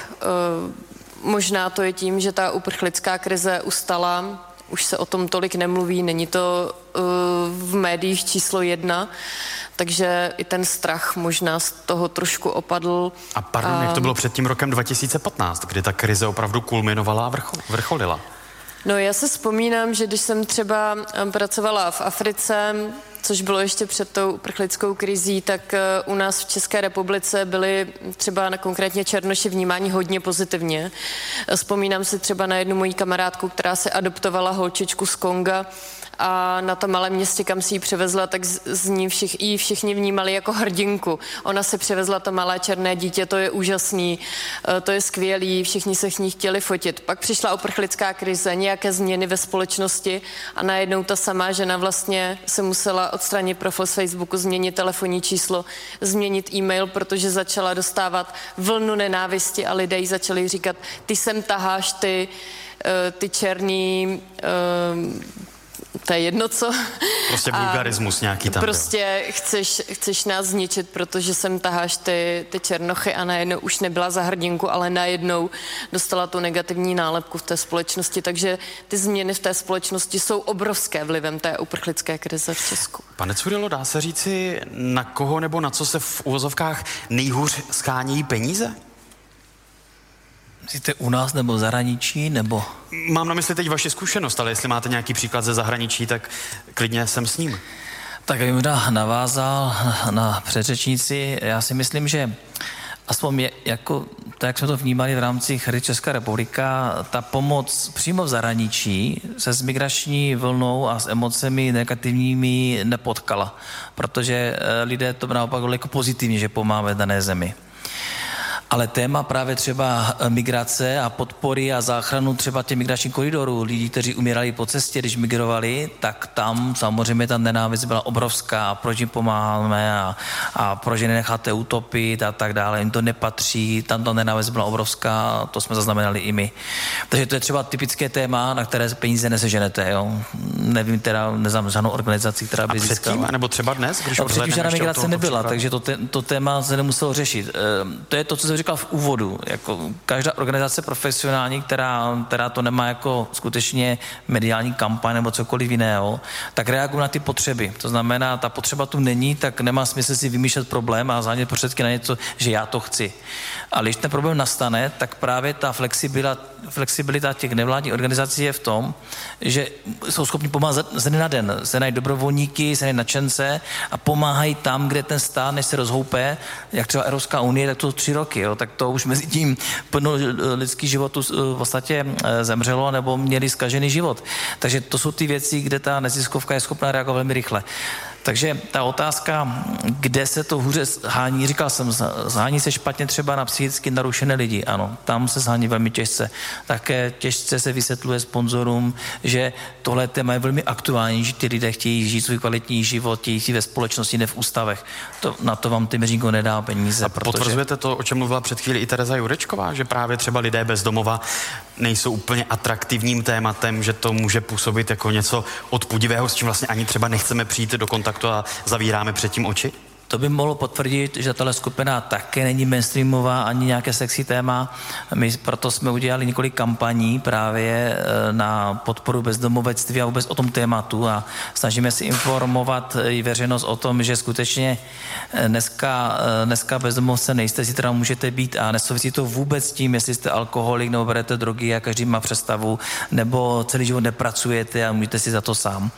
Možná to je tím, že ta uprchlická krize ustala, už se o tom tolik nemluví, není to v médiích číslo jedna, takže i ten strach možná z toho trošku opadl. A pardon, a... jak to bylo před tím rokem dva tisíce patnáct, kdy ta krize opravdu kulminovala a vrchol, vrcholila? No, já se vzpomínám, že když jsem třeba pracovala v Africe, což bylo ještě před tou uprchlickou krizí, tak u nás v České republice byli třeba na konkrétně Černoši vnímáni hodně pozitivně. Vzpomínám si třeba na jednu moji kamarádku, která se adoptovala holčičku z Konga a na tom malém městě, kam si ji přivezla, tak z, z ní všich, ji všichni vnímali jako hrdinku. Ona se přivezla to malé černé dítě, to je úžasný, to je skvělý, všichni se k ní chtěli fotit. Pak přišla uprchlická krize, nějaké změny ve společnosti a najednou ta samá žena vlastně se musela odstranit profil z Facebooku, změnit telefonní číslo, změnit e-mail, protože začala dostávat vlnu nenávisti a lidé jí začali říkat, ty sem taháš, ty, ty černý... To je jedno, co. Prostě vulgarismus nějaký tam. Prostě chceš, chceš nás zničit, protože sem taháš ty, ty černochy a najednou už nebyla za hrdinku, ale najednou dostala tu negativní nálepku v té společnosti. Takže ty změny v té společnosti jsou obrovské vlivem té uprchlické krize v Česku. Pane Curylo, dá se říci, na koho nebo na co se v uvozovkách nejhůř shánějí peníze? Myslíte u nás nebo v zahraničí, nebo? Mám na mysli teď vaši zkušenost, ale jestli máte nějaký příklad ze zahraničí, tak klidně jsem s ním. Tak bych možná navázal na předřečníci. Já si myslím, že aspoň je, jako, tak jak jsme to vnímali v rámci Charity Česká republika, ta pomoc přímo v zahraničí se s migrační vlnou a s emocemi negativními nepotkala, protože lidé to naopak byli jako pozitivně, že pomáháme dané zemi. Ale téma právě třeba migrace a podpory a záchranu třeba těch migračních koridorů, lidí, kteří umírali po cestě, když migrovali, tak tam samozřejmě ta nenávist byla obrovská, proč jim pomáháme a, a proč je nenecháte utopit a tak dále, jim to nepatří, tam ta nenávist byla obrovská, to jsme zaznamenali i my. Takže to je třeba typické téma, na které peníze neseženete, jo. Nevím teda, neznám žádnou organizaci, která by získala. Předtím, nebo třeba dnes, když no, předtím žádná migrace nebyla, takže to, te, to téma se nemuselo řešit. E, to je to, co se říkal v úvodu, jako každá organizace profesionální, která, která to nemá jako skutečně mediální kampaň nebo cokoliv jiného, tak reaguje na ty potřeby. To znamená, ta potřeba tu není, tak nemá smysl si vymýšlet problém a zánět prostředky na něco, že já to chci. Ale když ten problém nastane, tak právě ta flexibilita, flexibilita těch nevládních organizací je v tom, že jsou schopni pomáhat ze dne na den. Se najít dobrovolníky, se najít nadšence a pomáhají tam, kde ten stát, než se rozhoupe, jak třeba Evropská unie, tak to tři roky, jo, tak to už mezi tím plno lidských životů v podstatě zemřelo nebo měli zkažený život. Takže to jsou ty věci, kde ta neziskovka je schopná reagovat velmi rychle. Takže ta otázka, kde se to hůře zhání, říkal jsem, zhání se špatně třeba na psychicky narušené lidi, ano, tam se zhání velmi těžce. Také těžce se vysvětluje sponzorům, že tohle téma je velmi aktuální, že ty lidé chtějí žít svůj kvalitní život, chtějí žít ve společnosti, ne v ústavech. To, na to vám ty Měřínko nedá peníze. A protože... potvrzujete to, o čem mluvila před chvíli i Tereza Jurečková, že právě třeba lidé bez domova nejsou úplně atraktivním tématem, že to může působit jako něco odpudivého, s čím vlastně ani třeba nechceme přijít do kontaktu a zavíráme předtím oči? To by mohlo potvrdit, že tato skupina také není mainstreamová ani nějaké sexy téma. My proto jsme udělali několik kampaní právě na podporu bezdomovectví a vůbec o tom tématu a snažíme si informovat i veřejnost o tom, že skutečně dneska, dneska bezdomovce nejste, si teda můžete být a nesouvisí to vůbec s tím, jestli jste alkoholik nebo berete drogy a každý má představu, nebo celý život nepracujete a můžete si za to sám.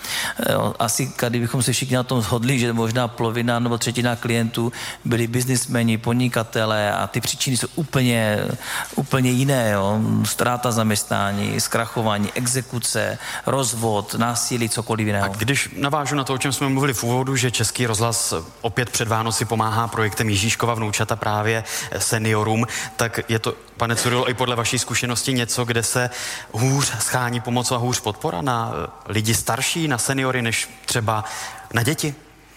Asi kdybychom se všichni na tom shodli, že možná polovina nebo třetí klientů byli biznismeni, podnikatelé a ty příčiny jsou úplně, úplně jiné. Jo? Ztráta zaměstnání, zkrachování, exekuce, rozvod, násilí, cokoliv jiného. A když navážu na to, o čem jsme mluvili v úvodu, že Český rozhlas opět před Vánoci pomáhá projektem Ježíškova vnoučata právě seniorům, tak je to, pane Curylo, i podle vaší zkušenosti něco, kde se hůř schání pomoc a hůř podpora na lidi starší, na seniory, než třeba na děti?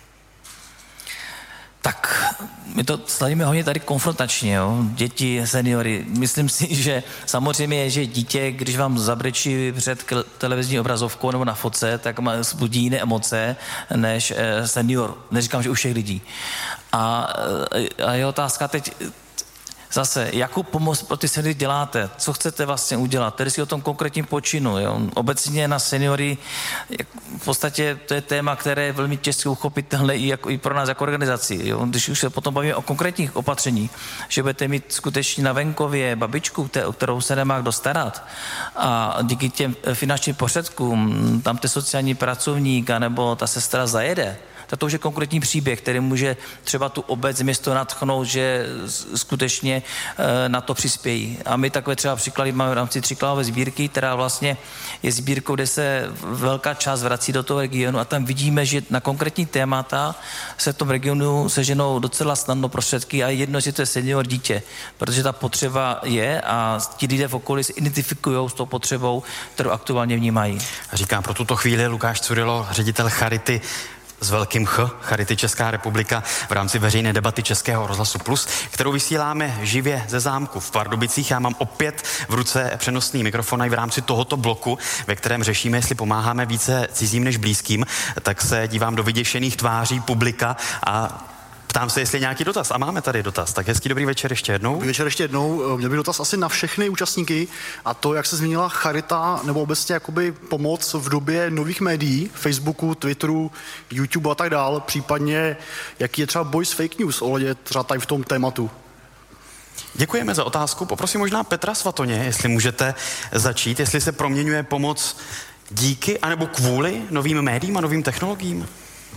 Tak my to sladíme hodně tady konfrontačně, jo? Děti, seniory. Myslím si, že samozřejmě je, že dítě, když vám zabrečí před televizní obrazovkou nebo na fotce, tak má vzbudí jiné emoce než senior. Neříkám, že u všech lidí. A, a je otázka teď, zase, jakou pomoc pro ty seniory děláte? Co chcete vlastně udělat? Tedy si o tom konkrétním počinu. Jo? Obecně na seniory v podstatě to je téma, které je velmi těžké uchopitelné i, jako, i pro nás jako organizaci. Jo? Když už se potom bavíme o konkrétních opatřeních, že budete mít skutečně na venkově babičku, o kterou se nemá kdo starat a díky těm finančním prostředkům tam ten sociální pracovník nebo ta sestra zajede, tak to už je konkrétní příběh, který může třeba tu obec, město nadchnout, že skutečně na to přispějí. A my takové třeba příklady máme v rámci Tříkladové sbírky, která vlastně je sbírkou, kde se velká část vrací do toho regionu a tam vidíme, že na konkrétní témata se v tom regionu seženou docela snadno prostředky a jedno, že to je senior dítě, protože ta potřeba je a ti lidé v okolí se identifikují s tou potřebou, kterou aktuálně vnímají. Říká pro tuto chvíli Lukáš Curylo, ředitel Charity s velkým Ch, Charity Česká republika v rámci veřejné debaty Českého rozhlasu Plus, kterou vysíláme živě ze zámku v Pardubicích. Já mám opět v ruce přenosný mikrofon i v rámci tohoto bloku, ve kterém řešíme, jestli pomáháme více cizím než blízkým, tak se dívám do vyděšených tváří publika a ptám se, jestli je nějaký dotaz. A máme tady dotaz. Tak hezký dobrý večer ještě jednou. Dobrý večer ještě jednou. Měl bych dotaz asi na všechny účastníky a to, jak se změnila charita nebo obecně jakoby pomoc v době nových médií, Facebooku, Twitteru, YouTube a tak dál, případně jaký je třeba boj s fake news ohledně třeba tady v tom tématu. Děkujeme za otázku. Poprosím možná Petra Svatoně, jestli můžete začít, jestli se proměňuje pomoc díky anebo kvůli novým médiím a novým technologiím.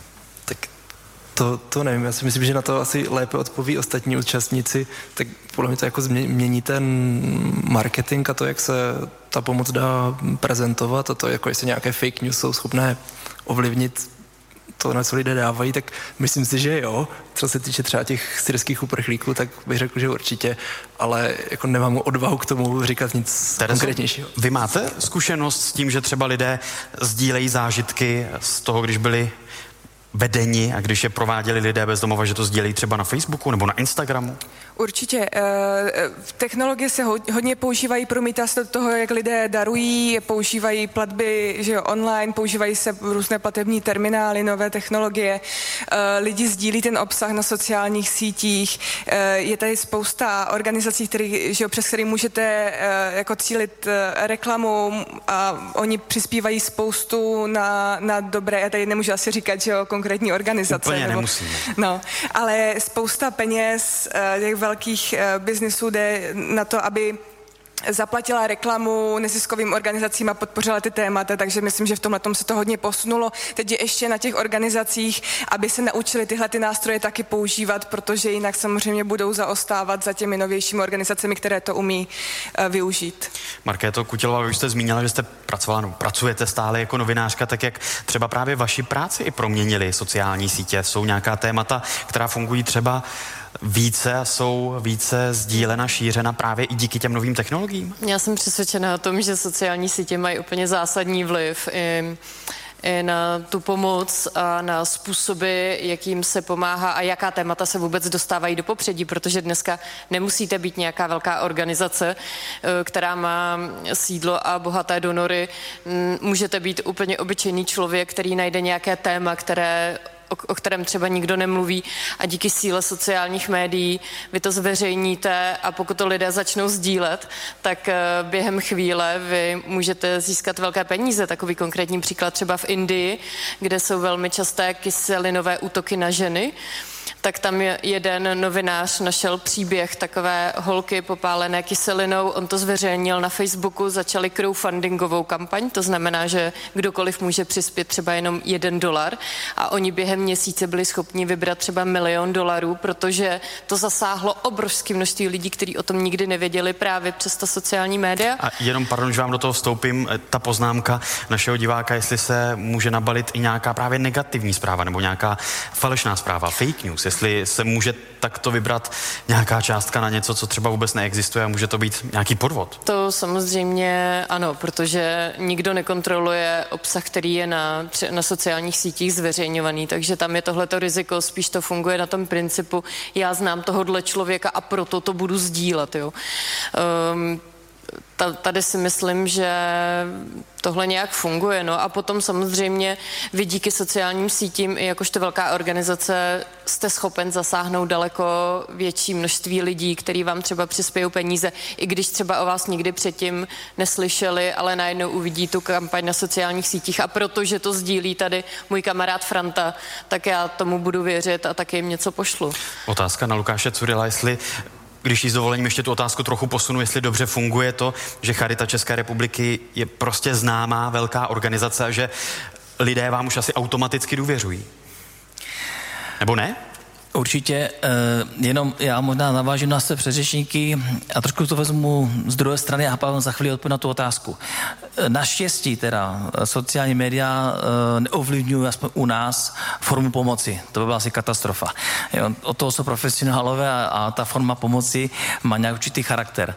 To, to nevím, já si myslím, že na to asi lépe odpoví ostatní účastníci, tak podle mě to jako změní ten marketing a to, jak se ta pomoc dá prezentovat a to, jako jestli nějaké fake news jsou schopné ovlivnit to, na co lidé dávají, tak myslím si, že jo. Co se týče třeba těch syrských uprchlíků, tak bych řekl, že určitě, ale jako nemám odvahu k tomu říkat nic Terezo, konkrétnějšího. Vy máte zkušenost s tím, že třeba lidé sdílejí zážitky z toho, když byli vedeni a když je prováděli lidé bez domova, že to sdělí třeba na Facebooku nebo na Instagramu? Určitě. Technologie se hodně používají, promítá se do toho, jak lidé darují, používají platby, že jo, online, používají se různé platební terminály, nové technologie. Lidi sdílí ten obsah na sociálních sítích. Je tady spousta organizací, který, že jo, přes který můžete jako cílit reklamu a oni přispívají spoustu na, na dobré, já tady nemůžu asi říkat, že jo, konkrétní organizace. Úplně nebo, nemusíme. No, ale spousta peněz, těch velkých biznisů jde na to, aby zaplatila reklamu neziskovým organizacím a podpořila ty témata, takže myslím, že v tomhle tom se to hodně posunulo. Teď je ještě na těch organizacích, aby se naučili tyhle ty nástroje taky používat, protože jinak samozřejmě budou zaostávat za těmi novějšími organizacemi, které to umí uh, využít. Markéto Kutilová, vy jste zmínila, že jste pracovala, no, pracujete stále jako novinářka, tak jak třeba právě vaši práci i proměnily sociální sítě? Jsou nějaká témata, která fungují třeba více a jsou více sdílena, šířena právě i díky těm novým technologiím? Já jsem přesvědčená o tom, že sociální sítě mají úplně zásadní vliv i, i na tu pomoc a na způsoby, jakým se pomáhá a jaká témata se vůbec dostávají do popředí, protože dneska nemusíte být nějaká velká organizace, která má sídlo a bohaté donory. Můžete být úplně obyčejný člověk, který najde nějaké téma, které O, o kterém třeba nikdo nemluví a díky síle sociálních médií vy to zveřejníte a pokud to lidé začnou sdílet, tak během chvíle vy můžete získat velké peníze. Takový konkrétní příklad třeba v Indii, kde jsou velmi časté kyselinové útoky na ženy, tak tam jeden novinář našel příběh takové holky popálené kyselinou, on to zveřejnil na Facebooku, začali crowdfundingovou kampaň, to znamená, že kdokoliv může přispět třeba jenom jeden dolar a oni během měsíce byli schopni vybrat třeba milion dolarů, protože to zasáhlo obrovské množství lidí, kteří o tom nikdy nevěděli právě přes ta sociální média. A jenom, pardon, že vám do toho vstoupím, ta poznámka našeho diváka, jestli se může nabalit i nějaká právě negativní zpráva nebo nějaká falešná zpráva, fake news, jestli se může takto vybrat nějaká částka na něco, co třeba vůbec neexistuje a může to být nějaký podvod. To samozřejmě ano, protože nikdo nekontroluje obsah, který je na, na sociálních sítích zveřejňovaný, takže tam je tohleto riziko, spíš to funguje na tom principu, já znám tohodle člověka a proto to budu sdílet, jo. Um, Tady si myslím, že tohle nějak funguje, no a potom samozřejmě vy díky sociálním sítím i jakožto velká organizace jste schopen zasáhnout daleko větší množství lidí, který vám třeba přispějí peníze, i když třeba o vás nikdy předtím neslyšeli, ale najednou uvidí tu kampaň na sociálních sítích a protože to sdílí tady můj kamarád Franta, tak já tomu budu věřit a taky jim něco pošlu. Otázka na Lukáše Curyla, jestli když jí s dovolením ještě tu otázku trochu posunu, jestli dobře funguje to, že Charita České republiky je prostě známá velká organizace a že lidé vám už asi automaticky důvěřují. Nebo ne? Určitě, jenom já možná navážu na své předřečníky a trošku to vezmu z druhé strany a pak za chvíli odpovím na tu otázku. Naštěstí teda sociální média neovlivňují aspoň u nás formu pomoci. To by byla asi katastrofa. Jo, od toho jsou profesionálové a, a ta forma pomoci má nějak určitý charakter.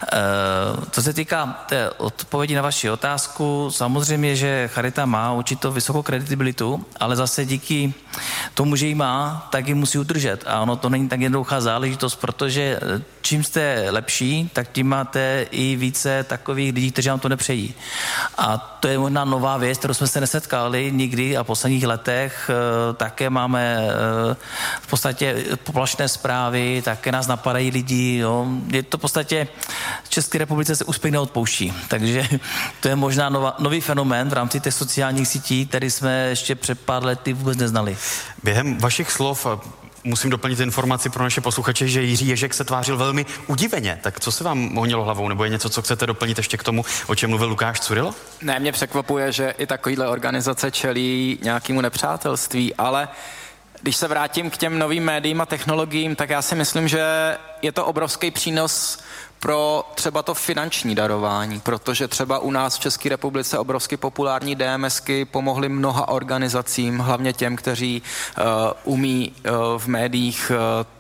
Co se týká té odpovědi na vaši otázku, samozřejmě, že Charita má určitou vysokou kredibilitu, ale zase díky tomu, že ji má, tak ji musí udržet. A ono to není tak jednoduchá záležitost, protože čím jste lepší, tak tím máte i více takových lidí, kteří vám to nepřejí. A to je možná nová věc, kterou jsme se nesetkali nikdy a v posledních letech e, také máme e, v podstatě poplašné zprávy, také nás napadají lidi. Jo. Je to v podstatě v České republice se úspěch neodpouští. Takže to je možná nová, nový fenomén v rámci těch sociálních sítí, který jsme ještě před pár lety vůbec neznali. Během vašich slov musím doplnit informaci pro naše posluchače, že Jiří Ježek se tvářil velmi udiveně. Tak co se vám honilo hlavou? Nebo je něco, co chcete doplnit ještě k tomu, o čem mluvil Lukáš Curyl? Ne, mě překvapuje, že i takovýhle organizace čelí nějakému nepřátelství, ale když se vrátím k těm novým médiím a technologiím, tak já si myslím, že je to obrovský přínos pro třeba to finanční darování, protože třeba u nás v České republice obrovsky populární DMSky pomohly mnoha organizacím, hlavně těm, kteří uh, umí uh, v médiích uh,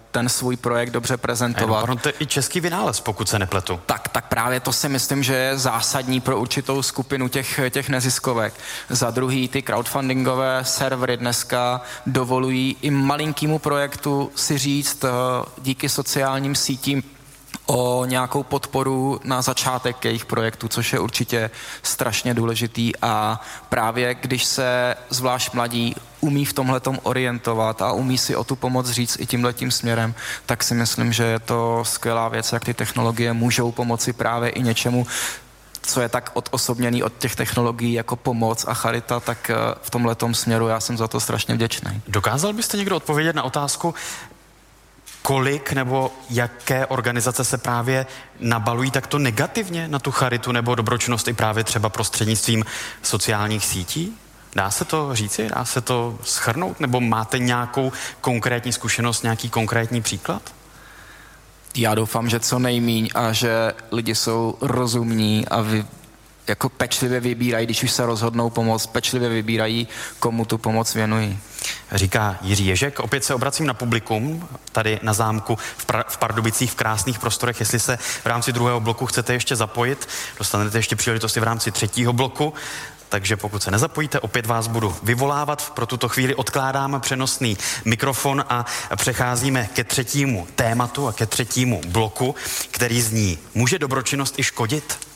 ten svůj projekt dobře prezentovat. Pardon, to je i český vynález, pokud se nepletu. Tak, tak právě to si myslím, že je zásadní pro určitou skupinu těch, těch neziskovek. Za druhý, ty crowdfundingové servery dneska dovolují i malinkýmu projektu si říct díky sociálním sítím o nějakou podporu na začátek jejich projektu, což je určitě strašně důležitý a právě když se zvlášť mladí umí v tomhletom orientovat a umí si o tu pomoc říct i tímhletím směrem, tak si myslím, že je to skvělá věc, jak ty technologie můžou pomoci právě i něčemu, co je tak odosobněný od těch technologií jako pomoc a charita, tak v tomhletom směru já jsem za to strašně vděčný. Dokázal byste někdo odpovědět na otázku, kolik nebo jaké organizace se právě nabalují takto negativně na tu charitu nebo dobročinnost i právě třeba prostřednictvím sociálních sítí? Dá se to říci? Dá se to shrnout? Nebo máte nějakou konkrétní zkušenost, nějaký konkrétní příklad? Já doufám, že co nejmíň a že lidi jsou rozumní a vy jako pečlivě vybírají, když už se rozhodnou pomoct, pečlivě vybírají, komu tu pomoc věnují. Říká Jiří Ježek. Opět se obracím na publikum, tady na zámku v, pra- v Pardubicích, v krásných prostorech. Jestli se v rámci druhého bloku chcete ještě zapojit, dostanete ještě příležitosti v rámci třetího bloku. Takže pokud se nezapojíte, opět vás budu vyvolávat. Pro tuto chvíli odkládáme přenosný mikrofon a přecházíme ke třetímu tématu a ke třetímu bloku, který zní: může dobročinnost i škodit?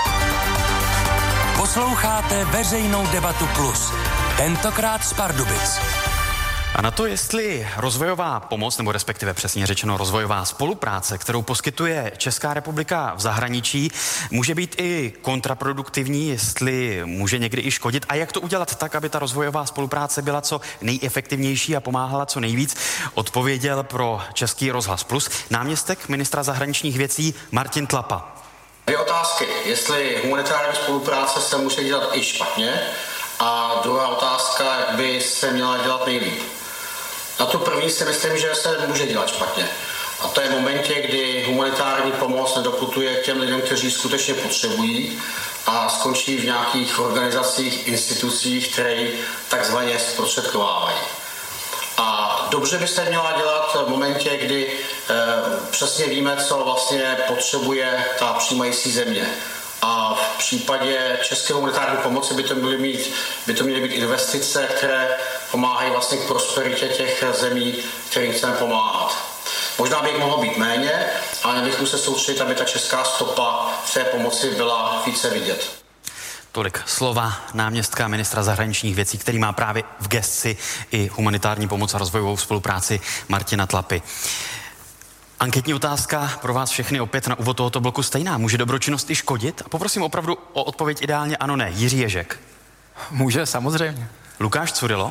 Posloucháte Veřejnou debatu plus. Tentokrát z Pardubic. A na to, jestli rozvojová pomoc, nebo respektive přesně řečeno rozvojová spolupráce, kterou poskytuje Česká republika v zahraničí, může být i kontraproduktivní, jestli může někdy i škodit, a jak to udělat tak, aby ta rozvojová spolupráce byla co nejefektivnější a pomáhala co nejvíc, odpověděl pro Český rozhlas Plus náměstek ministra zahraničních věcí Martin Tlapa. Dvě otázky. Jestli humanitární spolupráce se může dělat i špatně, a druhá otázka, jak by se měla dělat nejlíp. Na tu první si myslím, že se může dělat špatně. A to je v momentě, kdy humanitární pomoc nedoputuje k těm lidem, kteří skutečně potřebují, a skončí v nějakých organizacích, institucích, které takzvaně zprostředkovávají. A dobře by se měla dělat v momentě, kdy e, přesně víme, co vlastně potřebuje ta přijímající země. A v případě české humanitární pomoci by to měly mít, by to měly být investice, které pomáhají vlastně k prosperitě těch zemí, kterým chceme pomáhat. Možná by jich mohlo být méně, ale bychom se soustředit, aby ta česká stopa v té pomoci byla více vidět. Tolik slova náměstka ministra zahraničních věcí, který má právě v gesci i humanitární pomoc a rozvojovou spolupráci Martina Tlapy. Anketní otázka pro vás všechny opět na úvod tohoto bloku stejná. Může dobročinnost i škodit? A poprosím opravdu o odpověď ideálně ano, ne. Jiří Ježek. Může, samozřejmě. Lukáš Curylo?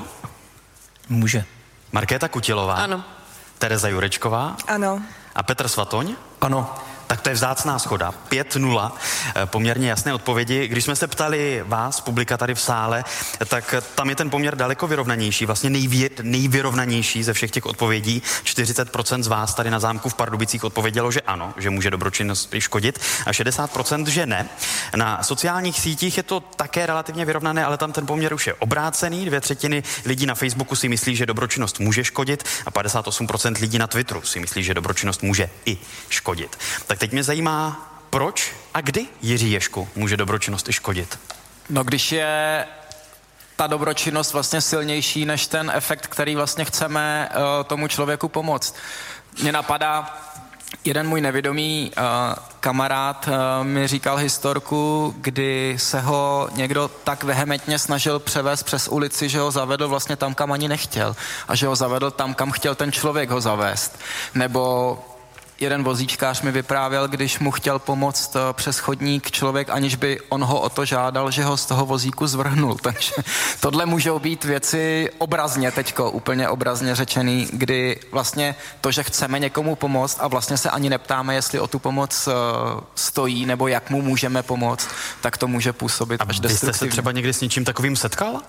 Může. Markéta Kutilová? Ano. Tereza Jurečková? Ano. A Petr Svatoň? Ano. Tak to je vzácná schoda. pět nula, poměrně jasné odpovědi. Když jsme se ptali vás, publika tady v sále, tak tam je ten poměr daleko vyrovnanější, vlastně nejvě, nejvyrovnanější ze všech těch odpovědí. čtyřicet procent z vás tady na zámku v Pardubicích odpovědělo, že ano, že může dobročinnost škodit, a šedesát procent že ne. Na sociálních sítích je to také relativně vyrovnané, ale tam ten poměr už je obrácený. Dvě třetiny lidí na Facebooku si myslí, že dobročinnost může škodit, a padesát osm procent lidí na Twitteru si myslí, že dobročinnost může i škodit. Tak teď mě zajímá, proč a kdy, Jiří Ježku, může dobročinnost i škodit? No, když je ta dobročinnost vlastně silnější než ten efekt, který vlastně chceme uh, tomu člověku pomoct. Mně napadá, jeden můj nevědomý uh, kamarád uh, mi říkal historku, kdy se ho někdo tak vehementně snažil převést přes ulici, že ho zavedl vlastně tam, kam ani nechtěl, a že ho zavedl tam, kam chtěl ten člověk ho zavést. Nebo jeden vozíčkář mi vyprávěl, když mu chtěl pomoct přes chodník člověk, aniž by on ho o to žádal, že ho z toho vozíku zvrhnul. Takže tohle můžou být věci obrazně teďko, úplně obrazně řečený, kdy vlastně to, že chceme někomu pomoct a vlastně se ani neptáme, jestli o tu pomoc stojí nebo jak mu můžeme pomoct, tak to může působit až destruktivně. A jste se třeba někdy s něčím takovým setkal?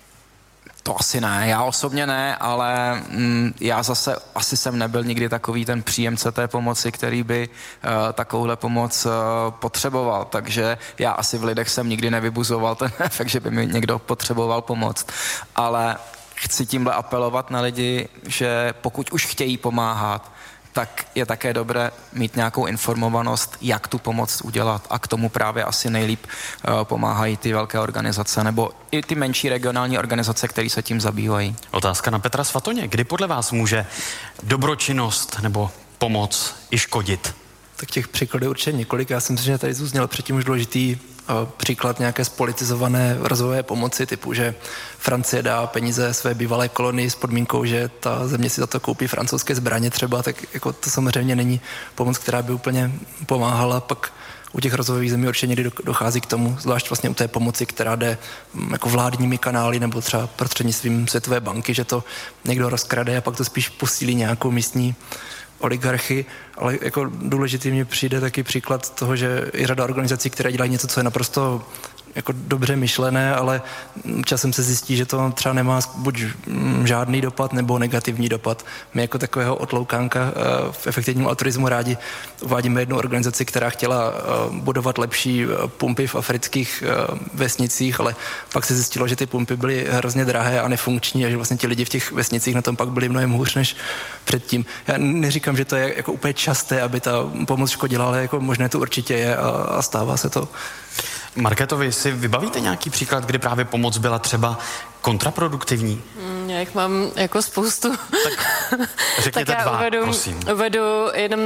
To asi ne, já osobně ne, ale mm, já zase asi jsem nebyl nikdy takový ten příjemce té pomoci, který by uh, takovouhle pomoc uh, potřeboval, takže já asi v lidech jsem nikdy nevybuzoval ten efekt, že by mi někdo potřeboval pomoct, ale chci tímhle apelovat na lidi, že pokud už chtějí pomáhat, tak je také dobré mít nějakou informovanost, jak tu pomoc udělat a k tomu právě asi nejlíp uh, pomáhají ty velké organizace nebo i ty menší regionální organizace, které se tím zabývají. Otázka na Petra Svatoně. Kdy podle vás může dobročinnost nebo pomoc i škodit? Tak těch příkladů je určitě několik. Já si myslím, že tady zůzněl předtím už důležitý uh, příklad nějaké spolitizované rozvojové pomoci, typu, že Francie dá peníze své bývalé kolonii s podmínkou, že ta země si za to koupí francouzské zbraně třeba, tak jako to samozřejmě není pomoc, která by úplně pomáhala. Pak u těch rozvojových zemí určitě někdy dochází k tomu, zvlášť vlastně u té pomoci, která jde jako vládními kanály nebo třeba prostřednictvím Světové banky, že to někdo rozkrade a pak to spíš posílí nějakou místní oligarchy, ale jako důležitý mně přijde taky příklad toho, že je řada organizací, které dělají něco, co je naprosto jako dobře myšlené, ale časem se zjistí, že to třeba nemá buď žádný dopad nebo negativní dopad. My jako takového otloukánka v efektivním altruismu rádi uvádíme jednu organizaci, která chtěla budovat lepší pumpy v afrických vesnicích, ale pak se zjistilo, že ty pumpy byly hrozně drahé a nefunkční a že vlastně ti lidi v těch vesnicích na tom pak byli mnohem hůř než předtím. Já neříkám, že to je jako úplně časté, aby ta pomoc škodila, ale jako možné to určitě je a, a stává se to. Markéto, vy si vybavíte nějaký příklad, kdy právě pomoc byla třeba kontraproduktivní? Mm, já jich mám jako spoustu. Tak řekněte tak já dva, uvedu, prosím. Uvedu jenom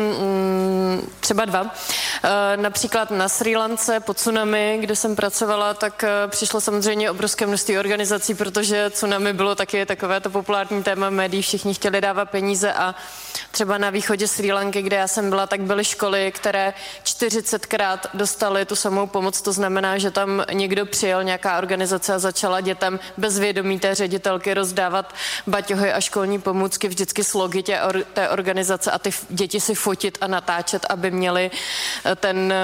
mm, třeba dva. E, například na Srí Lance po tsunami, kde jsem pracovala, tak e, přišlo samozřejmě obrovské množství organizací, protože tsunami bylo taky takové to populární téma médií, všichni chtěli dávat peníze a třeba na východě Srí Lanky, kde já jsem byla, tak byly školy, které čtyřicetkrát dostaly tu samou pomoc, to znamená, že tam někdo přijel, nějaká organizace a začala dětem bez vědomí té ředitelky rozdávat baťohy a školní pomůcky vždycky s logy tě, or, té organizace a ty děti si fotit a natáčet, aby měli ten,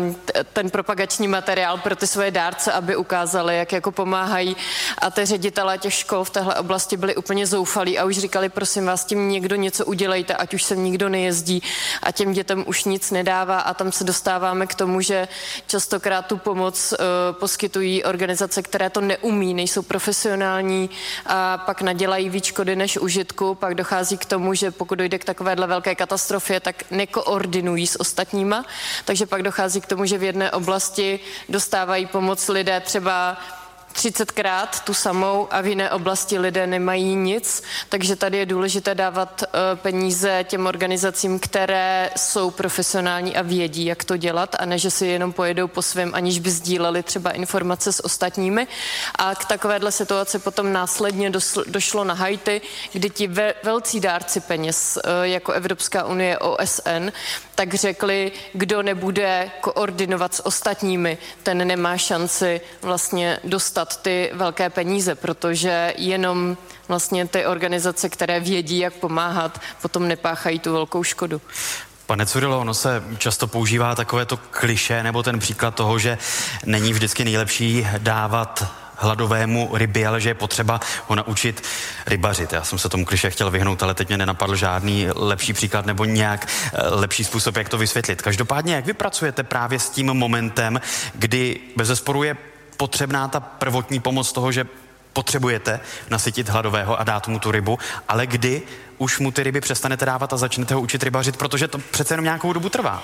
ten propagační materiál pro ty svoje dárce, aby ukázali, jak jako pomáhají. A ty ředitelé těch škol v téhle oblasti byli úplně zoufalí a už říkali, prosím vás, tím někdo něco udělejte, ať už sem nikdo nejezdí a těm dětem už nic nedává a tam se dostáváme k tomu, že častokrát tu pomoc uh, poskytují organizace, které to neumí, nejsou profesionální a pak nadělají víc škody než užitku, pak dochází k tomu, že pokud dojde k takovéhle velké katastrofě, tak nekoordinují s ostatníma, takže pak dochází k tomu, že v jedné oblasti dostávají pomoc lidé třeba třicetkrát tu samou a v jiné oblasti lidé nemají nic, takže tady je důležité dávat uh, peníze těm organizacím, které jsou profesionální a vědí, jak to dělat a ne, že si jenom pojedou po svém, aniž by sdíleli třeba informace s ostatními. A k takovéhle situaci potom následně dosl, došlo na Haiti, kdy ti ve, velcí dárci peněz, uh, jako Evropská unie, O S N, tak řekli, kdo nebude koordinovat s ostatními, ten nemá šanci vlastně dostat ty velké peníze, protože jenom vlastně ty organizace, které vědí, jak pomáhat, potom nepáchají tu velkou škodu. Pane Curylo, ono se často používá takové to klišé nebo ten příklad toho, že není vždycky nejlepší dávat hladovému ryby, ale že je potřeba ho naučit rybařit. Já jsem se tomu kliše chtěl vyhnout, ale teď mě nenapadl žádný lepší příklad nebo nějak lepší způsob, jak to vysvětlit. Každopádně, jak vy pracujete právě s tím momentem, kdy bezesporu je potřebná ta prvotní pomoc toho, že potřebujete nasytit hladového a dát mu tu rybu, ale kdy už mu ty ryby přestanete dávat a začnete ho učit rybařit, protože to přece jenom nějakou dobu trvá.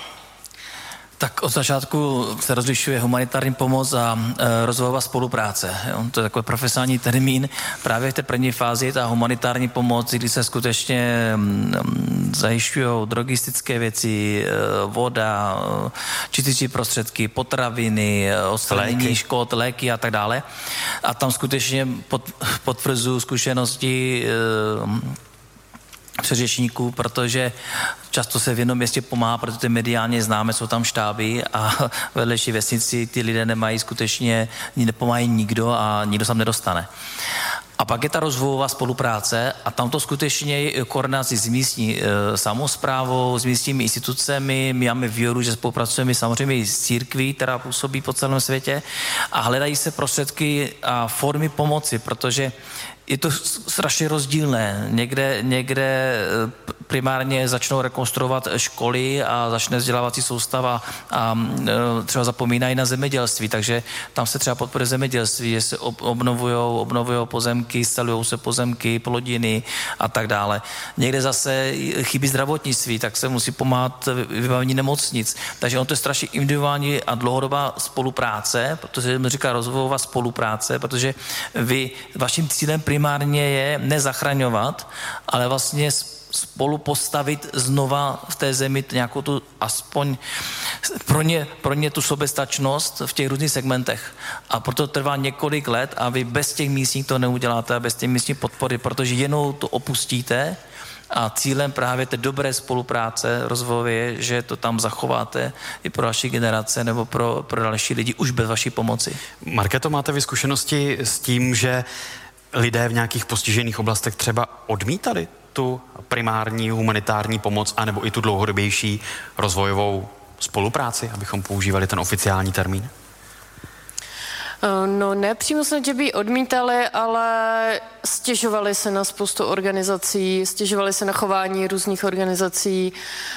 Tak od začátku se rozlišuje humanitární pomoc a e, rozvojová spolupráce. Jo? To je takový profesionální termín. Právě v té první fázi ta humanitární pomoc, kdy se skutečně mm, zajišťují drogistické věci, e, voda, e, čisticí prostředky, potraviny, e, odstranění škod, léky a tak dále. A tam skutečně pot, potvrzují zkušenosti e, předřečníků, protože často se v jednom městě pomáhá, protože mediálně známe, jsou tam štáby a vedlejší vesnici ty lidé nemají skutečně, nepomáhají nikdo a nikdo se tam nedostane. A pak je ta rozvojová spolupráce a tam to skutečně je koordinaci s místní e, samosprávou, s místními institucemi. My máme výhodu, že spolupracujeme samozřejmě i s církví, která působí po celém světě a hledají se prostředky a formy pomoci, protože je to strašně rozdílné. Někde, někde primárně začnou rekonstruovat školy a začne vzdělávací soustava a třeba zapomínají na zemědělství, takže tam se třeba podporuje zemědělství, že se obnovujou, obnovujou pozemky, instalujou se pozemky, plodiny a tak dále. Někde zase chybí zdravotnictví, tak se musí pomáhat vybavení nemocnic. Takže on to je strašně individuální a dlouhodobá spolupráce, protože mi říká rozvojová spolupráce, protože vy, vaším cílem primárně je nezachraňovat, ale vlastně spolu postavit znova v té zemi nějakou tu aspoň pro ně, pro ně tu soběstačnost v těch různých segmentech. A proto trvá několik let a vy bez těch místních to neuděláte a bez těch místní podpory, protože jenom to opustíte a cílem právě té dobré spolupráce rozvojové je, že to tam zachováte i pro další generace nebo pro, pro další lidi už bez vaší pomoci. Markéto, máte vy zkušenosti s tím, že lidé v nějakých postižených oblastech třeba odmítali tu primární humanitární pomoc anebo i tu dlouhodobější rozvojovou spolupráci, abychom používali ten oficiální termín? No ne, přímo jsme tě by odmítali, ale stěžovali se na spoustu organizací, stěžovali se na chování různých organizací,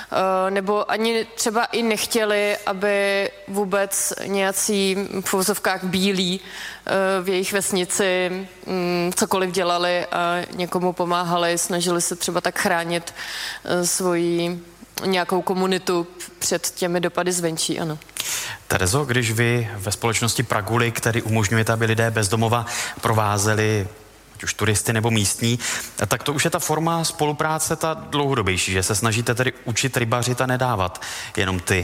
nebo ani třeba i nechtěli, aby vůbec nějací v uvozovkách bílí v jejich vesnici cokoliv dělali a někomu pomáhali, snažili se třeba tak chránit svoji nějakou komunitu před těmi dopady zvenčí, ano. Terezo, když vy ve společnosti Praguli, který umožňujete, aby lidé bez domova provázeli ať už turisty nebo místní, tak to už je ta forma spolupráce ta dlouhodobější, že se snažíte tedy učit rybařit a nedávat jenom ty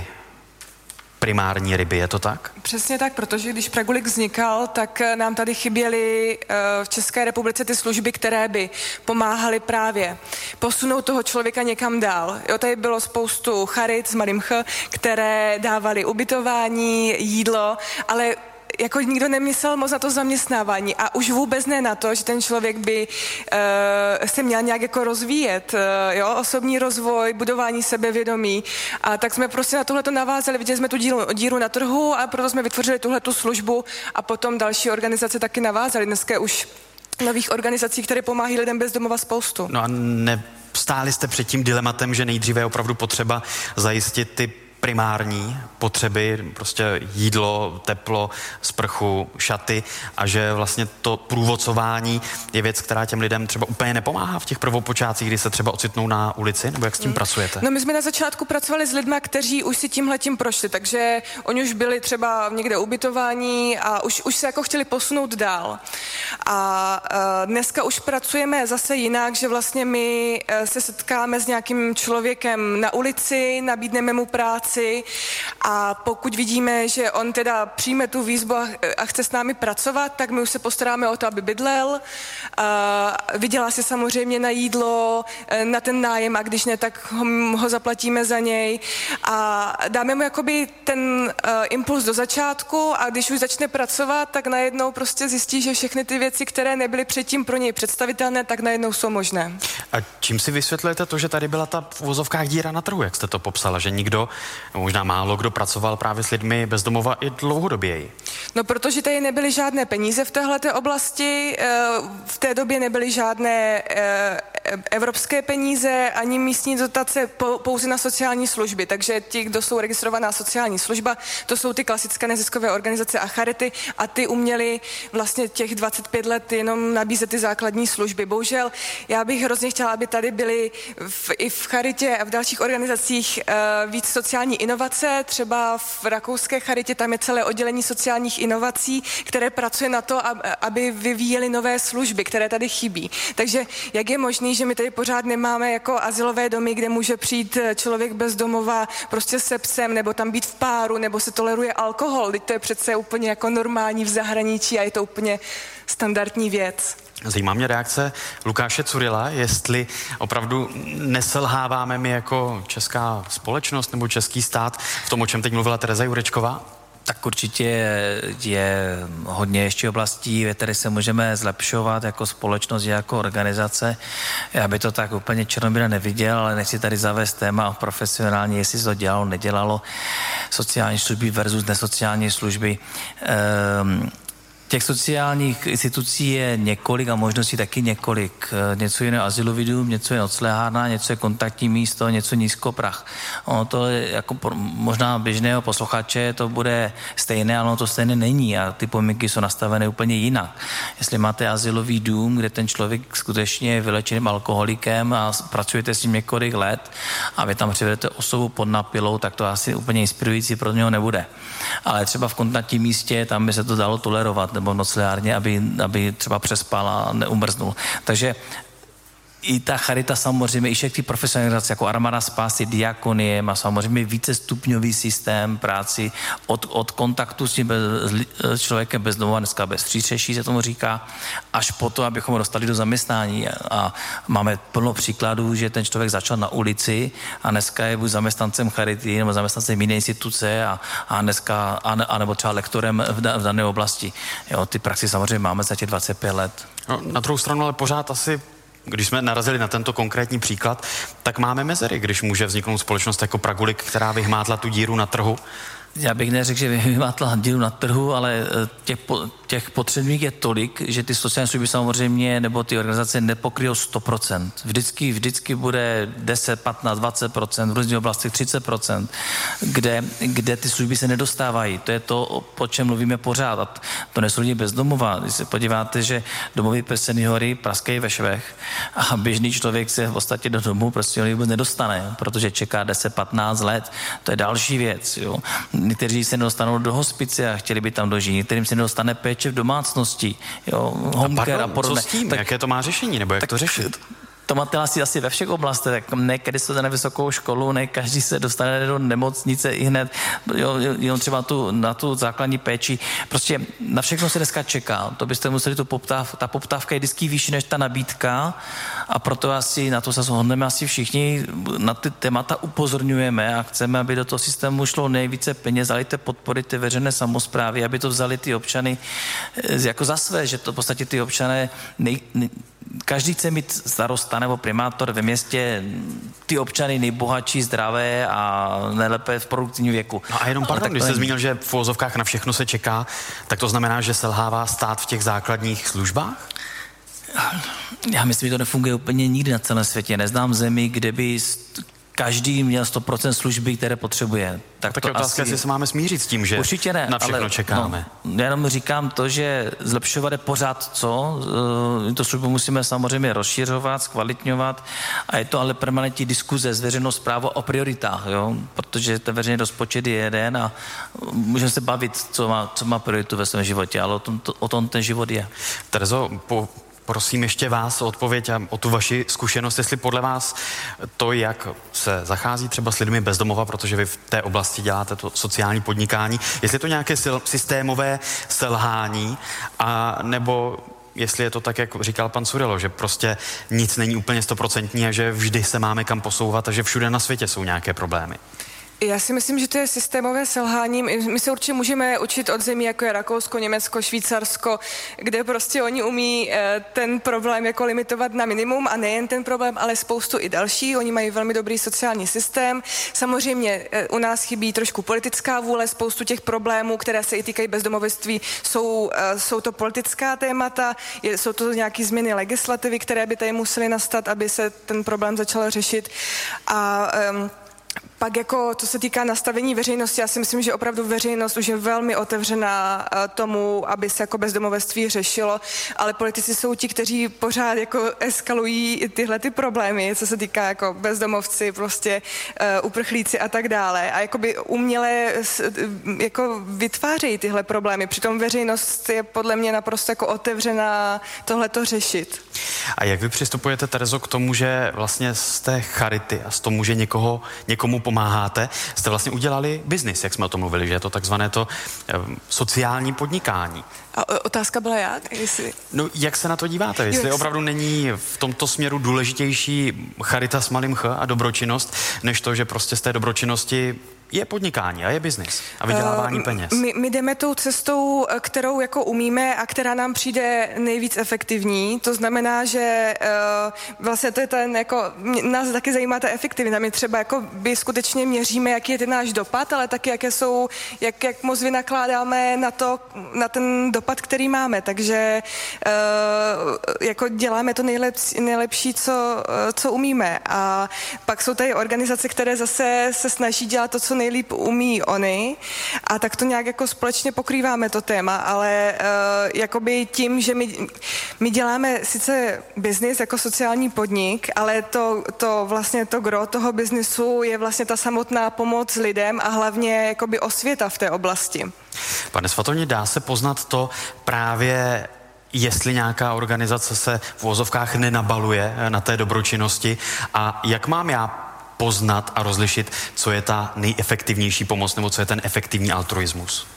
primární ryby, je to tak? Přesně tak, protože když Pragulik vznikal, tak nám tady chyběly v České republice ty služby, které by pomáhaly právě posunout toho člověka někam dál. Jo, tady bylo spoustu charit s malým ch, které dávaly ubytování, jídlo, ale jako nikdo nemyslel moc na to zaměstnávání a už vůbec ne na to, že ten člověk by uh, se měl nějak jako rozvíjet, uh, jo, osobní rozvoj, budování sebevědomí a tak jsme prostě na tohleto navázali, viděli jsme tu díru, díru na trhu a proto jsme vytvořili tuhletu službu a potom další organizace taky navázaly. Dneska už nových organizací, které pomáhají lidem bez domova spoustu. No a nevstáli jste před tím dilematem, že nejdříve je opravdu potřeba zajistit ty primární potřeby, prostě jídlo, teplo, sprchu, šaty a že vlastně to průvodcování je věc, která těm lidem třeba úplně nepomáhá v těch prvopočátcích, kdy se třeba ocitnou na ulici, nebo jak s tím mm. pracujete? No my jsme na začátku pracovali s lidmi, kteří už si tímhletím prošli, takže oni už byli třeba někde ubytování a už, už se jako chtěli posunout dál. A uh, dneska už pracujeme zase jinak, že vlastně my uh, se setkáme s nějakým člověkem na ulici, nabídneme mu práci a pokud vidíme, že on teda přijme tu výzvu a chce s námi pracovat, tak my už se postaráme o to, aby bydlel, vydělá si samozřejmě na jídlo, na ten nájem a když ne, tak ho, ho zaplatíme za něj a dáme mu jakoby ten impuls do začátku a když už začne pracovat, tak najednou prostě zjistí, že všechny ty věci, které nebyly předtím pro něj představitelné, tak najednou jsou možné. A čím si vysvětlujete to, že tady byla ta v uvozovkách díra na trhu, jak jste to popsala, že nikdo, možná málo kdo pracoval právě s lidmi bez domova i dlouhodoběji? No, protože tady nebyly žádné peníze v téhleté oblasti, v té době nebyly žádné evropské peníze ani místní dotace pouze na sociální služby, takže ti, kdo jsou registrovaná sociální služba, to jsou ty klasické neziskové organizace a charity a ty uměli vlastně těch dvacet pět let jenom nabízet ty základní služby. Bohužel já bych hrozně chtěla, aby tady byly v, i v charitě a v dalších organizacích uh, víc sociální inovace, třeba v rakouské charitě tam je celé oddělení sociálních inovací, které pracuje na to, aby vyvíjeli nové služby, které tady chybí. Takže jak je možný, že my tady pořád nemáme jako azylové domy, kde může přijít člověk bez domova prostě se psem, nebo tam být v páru, nebo se toleruje alkohol. Teď to je přece úplně jako normální v zahraničí a je to úplně standardní věc. Zajímá mě reakce Lukáše Curila, jestli opravdu neselháváme my jako česká společnost nebo český stát v tom, o čem teď mluvila Tereza Jurečková? Tak určitě je hodně ještě oblastí, ve které se můžeme zlepšovat jako společnost, jako organizace. Já by to tak úplně černobíle neviděl, ale nechci tady zavést téma profesionálně, jestli se to dělalo, nedělalo, sociální služby versus nesociální služby. Ehm, Těch sociálních institucí je několik a možností taky několik. Něco jiného azylový dům, něco je noclehárna, něco je kontaktní místo, něco nízkoprah. Ono to je jako pro možná běžného posluchače to bude stejné, ale ono to stejné není a ty podmínky jsou nastavené úplně jinak. Jestli máte azylový dům, kde ten člověk skutečně je vylečeným alkoholikem a pracujete s ním několik let a vy tam přivedete osobu pod napilou, tak to asi úplně inspirující pro něho nebude. Ale třeba v kontaktním místě tam by se to dalo tolerovat, nebo v noclehárně, aby, aby třeba přespal a neumrznul. Takže i ta charita samozřejmě, i všechny profesionalizace jako Armáda spásy, Diakonie má samozřejmě vícestupňový systém práci od, od kontaktu s tím bez, s člověkem bezdomova, dneska bez přístřeší se tomu říká, až po to, abychom ho dostali do zaměstnání. A máme plno příkladů, že ten člověk začal na ulici a dneska je buď zaměstnancem charity nebo zaměstnancem jiné instituce a, a dneska, a, ne, a nebo třeba lektorem v, da, v dané oblasti. Jo, ty praxi samozřejmě máme za těch dvacet pět let. No, na druhou stranu ale pořád asi, když jsme narazili na tento konkrétní příklad, tak máme mezery, když může vzniknout společnost jako Pragulik, která vyhmátla tu díru na trhu. Já bych neřekl, že vyhmátla díru na trhu, ale těch, těch potřebných je tolik, že ty sociální služby samozřejmě nebo ty organizace nepokryjou sto procent. Vždycky, vždycky bude deset, patnáct, dvacet procent, v různých oblastech třicet procent, kde, kde ty služby se nedostávají. To je to, o čem mluvíme pořád. A to nejsou lidi bezdomova. Když se podíváte, že domovy pro seniory praskají ve švech a běžný člověk se v podstatě do domu prostě vůbec nedostane, protože čeká deset, patnáct let. To je další věc. Jo. Někteří se nedostanou do hospice a chtěli by tam dožít, některým se nedostane péče v domácnosti, jo, home care a podobně. Co s tím? Tak, jaké to má řešení, nebo jak tak, to řešit? To máte asi, asi ve všech oblastech, tak ne každý se na vysokou školu, ne každý se dostane do nemocnice i hned, jo, jenom třeba tu, na tu základní péči. Prostě na všechno se dneska čeká. To byste museli tu poptáv, ta poptávka je vždycky vyšší než ta nabídka a proto asi na to se shodneme asi všichni, na ty témata upozorňujeme a chceme, aby do toho systému šlo nejvíce peněz, ale ty podpory, ty veřejné samosprávy, aby to vzali ty občany jako za své, že to v podstatě ty občané nej, nej, každý chce mít starosta nebo primátor ve městě ty občany nejbohatší, zdravé a nejlépe v produktivním věku. No a jenom pardon, když jste zmínil, že v uvozovkách na všechno se čeká, tak to znamená, že selhává stát v těch základních službách? Já myslím, že to nefunguje úplně nikdy na celém světě. Neznám zemi, kde by každý měl sto procent služby, které potřebuje. Tak, tak to je otázka, jestli se máme smířit s tím, že určitě ne, na všechno ale, čekáme. No, já jenom říkám to, že zlepšovat je pořád co. To službu musíme samozřejmě rozšiřovat, zkvalitňovat a je to ale permanentní diskuze s veřejnou správou o prioritách, jo? Protože ten veřejný rozpočet je jeden a můžeme se bavit, co má, co má prioritu ve svém životě, ale o tom, to, o tom ten život je. Terezo, po prosím ještě vás o odpověď a o tu vaši zkušenost, jestli podle vás to, jak se zachází třeba s lidmi bezdomova, protože vy v té oblasti děláte to sociální podnikání, jestli je to nějaké systémové selhání, a nebo jestli je to tak, jak říkal pan Surilo, že prostě nic není úplně stoprocentní a že vždy se máme kam posouvat a že všude na světě jsou nějaké problémy. Já si myslím, že to je systémové selhání. My se určitě můžeme učit od zemí, jako je Rakousko, Německo, Švýcarsko, kde prostě oni umí ten problém jako limitovat na minimum a nejen ten problém, ale spoustu i další. Oni mají velmi dobrý sociální systém. Samozřejmě u nás chybí trošku politická vůle, spoustu těch problémů, které se i týkají bezdomovectví, jsou, jsou to politická témata, jsou to nějaké změny legislativy, které by tady musely nastat, aby se ten problém začal řešit. A um, pak jako, co se týká nastavení veřejnosti, já si myslím, že opravdu veřejnost už je velmi otevřená tomu, aby se jako bezdomovectví řešilo, ale politici jsou ti, kteří pořád jako eskalují tyhle ty problémy, co se týká jako bezdomovci, prostě uh, uprchlíci a tak dále. A jakoby uměle jako vytvářejí tyhle problémy. Přitom veřejnost je podle mě naprosto jako otevřená tohleto řešit. A jak vy přistupujete, Terezo, k tomu, že vlastně z té charity a z tomu, že někoho, někomu pomáháte, jste vlastně udělali biznis, jak jsme o tom mluvili, že je to takzvané to um, sociální podnikání. A otázka byla jak? Jestli... No, jak se na to díváte? Jestli opravdu není v tomto směru důležitější charita s malým ch a dobročinnost, než to, že prostě z té dobročinnosti je podnikání a je biznis a vydělávání peněz. My, my jdeme tou cestou, kterou jako umíme a která nám přijde nejvíc efektivní. To znamená, že uh, vlastně to je ten, jako, nás taky zajímá ta efektivita. My třeba jako by skutečně měříme, jaký je ten náš dopad, ale taky jaké jsou, jak, jak moc vynakládáme na to, na ten dopad, který máme. Takže uh, jako děláme to nejlepší, nejlepší co, co umíme. A pak jsou tady organizace, které zase se snaží dělat to, co nejlíp umí oni a tak to nějak jako společně pokrýváme to téma, ale uh, jakoby tím, že my, my děláme sice biznis jako sociální podnik, ale to, to vlastně to gro toho biznisu je vlastně ta samotná pomoc lidem a hlavně jakoby osvěta v té oblasti. Pane Svatovně, dá se poznat to právě, jestli nějaká organizace se v uvozovkách nenabaluje na té dobročinnosti a jak mám já poznat a rozlišit, co je ta nejefektivnější pomoc nebo co je ten efektivní altruismus?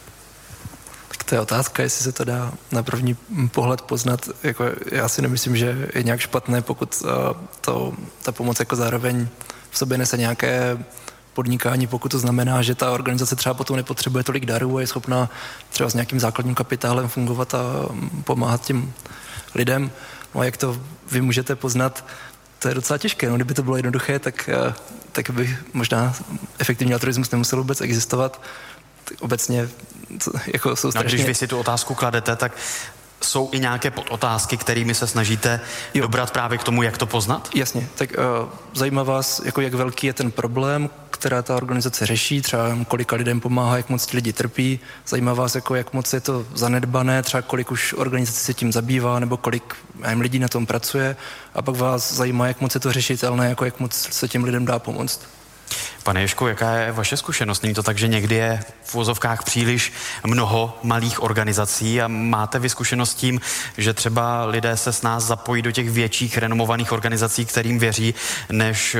Tak to je otázka, jestli se to dá na první pohled poznat. Jako já si nemyslím, že je nějak špatné, pokud uh, to, ta pomoc jako zároveň v sobě nese nějaké podnikání, pokud to znamená, že ta organizace třeba potom nepotřebuje tolik darů a je schopná třeba s nějakým základním kapitálem fungovat a pomáhat těm lidem. No a jak to vy můžete poznat, to je docela těžké. No, kdyby to bylo jednoduché, tak, tak by možná efektivní altruismus nemusel vůbec existovat. Tak obecně jako jsou strašně... No, když vy si tu otázku kladete, tak jsou i nějaké podotázky, kterými se snažíte jo. dobrat právě k tomu, jak to poznat? Jasně. Tak uh, zajímá vás, jako jak velký je ten problém, která ta organizace řeší, třeba kolika lidem pomáhá, jak moc ti lidi trpí. Zajímá vás, jako jak moc je to zanedbané, třeba kolik už organizace se tím zabývá, nebo kolik nevím, lidí na tom pracuje. A pak vás zajímá, jak moc je to řešitelné, jako jak moc se těm lidem dá pomoct. Pane Ježku, jaká je vaše zkušenost? Není to tak, že někdy je v uvozovkách příliš mnoho malých organizací a máte vy zkušenost tím, že třeba lidé se s nás zapojí do těch větších renomovaných organizací, kterým věří, než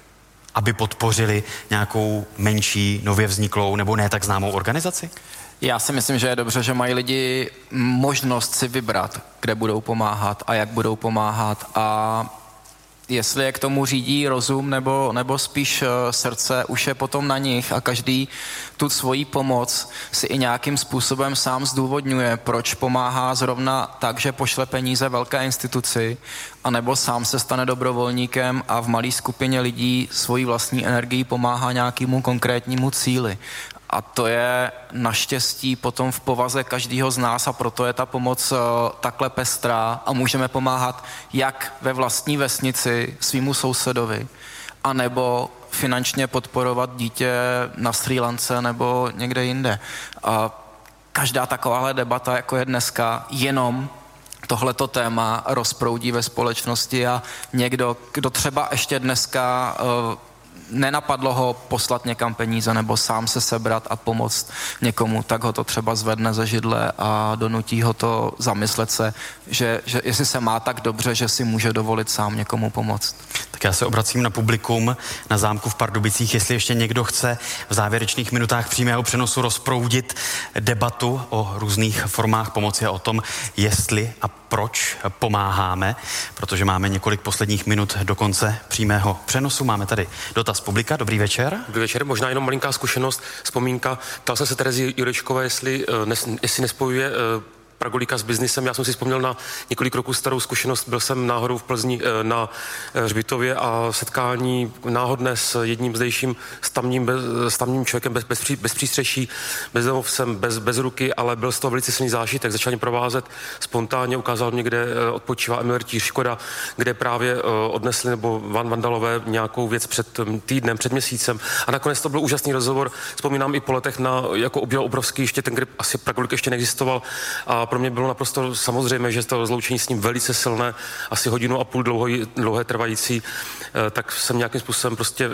aby podpořili nějakou menší, nově vzniklou nebo ne tak známou organizaci? Já si myslím, že je dobře, že mají lidi možnost si vybrat, kde budou pomáhat a jak budou pomáhat a jestli je k tomu řídí rozum nebo, nebo spíš uh, srdce, už je potom na nich a každý tu svoji pomoc si i nějakým způsobem sám zdůvodňuje, proč pomáhá zrovna tak, že pošle peníze velké instituci, anebo sám se stane dobrovolníkem a v malé skupině lidí svojí vlastní energií pomáhá nějakému konkrétnímu cíli. A to je naštěstí potom v povaze každého z nás a proto je ta pomoc uh, takhle pestrá a můžeme pomáhat jak ve vlastní vesnici svýmu sousedovi, anebo finančně podporovat dítě na Srí Lance nebo někde jinde. A každá takováhle debata, jako je dneska, jenom tohleto téma rozproudí ve společnosti a někdo, kdo třeba ještě dneska uh, nenapadlo ho poslat někam peníze nebo sám se sebrat a pomoct někomu, tak ho to třeba zvedne ze židle a donutí ho to zamyslet se, že, že jestli se má tak dobře, že si může dovolit sám někomu pomoct. Tak já se obracím na publikum na zámku v Pardubicích, jestli ještě někdo chce v závěrečných minutách přímého přenosu rozproudit debatu o různých formách pomoci a o tom, jestli a proč pomáháme, protože máme několik posledních minut do konce přímého přenosu. Máme tady dotaz publika. Dobrý večer. Dobrý večer, možná jenom malinká zkušenost, vzpomínka. Ptal jsem se Terezy Jurečkové, jestli, nes, jestli nespojuje Pragolíka s biznisem. Já jsem si vzpomněl na několik roků starou zkušenost. Byl jsem náhodou v Plzni na hřbitově a setkání náhodné s jedním zdejším stamním, stamním člověkem bez, bez, pří, bez přístřeší, bezdomovcem, bez, bez ruky, ale byl z toho velice silný zážitek. Začal mě provázet spontánně, ukázal mě, kde odpočívá Emil Rtíř Škoda, kde právě odnesli nebo Van Vandalové nějakou věc před týdnem, před měsícem. A nakonec to byl úžasný rozhovor. Vzpomínám i po letech na jako obděl obrovský, ještě ten, kdy asi Pragolík ještě neexistoval. A pro mě bylo naprosto samozřejmě, že to rozloučení s ním velice silné, asi hodinu a půl dlouhé, dlouhé trvající, tak jsem nějakým způsobem prostě,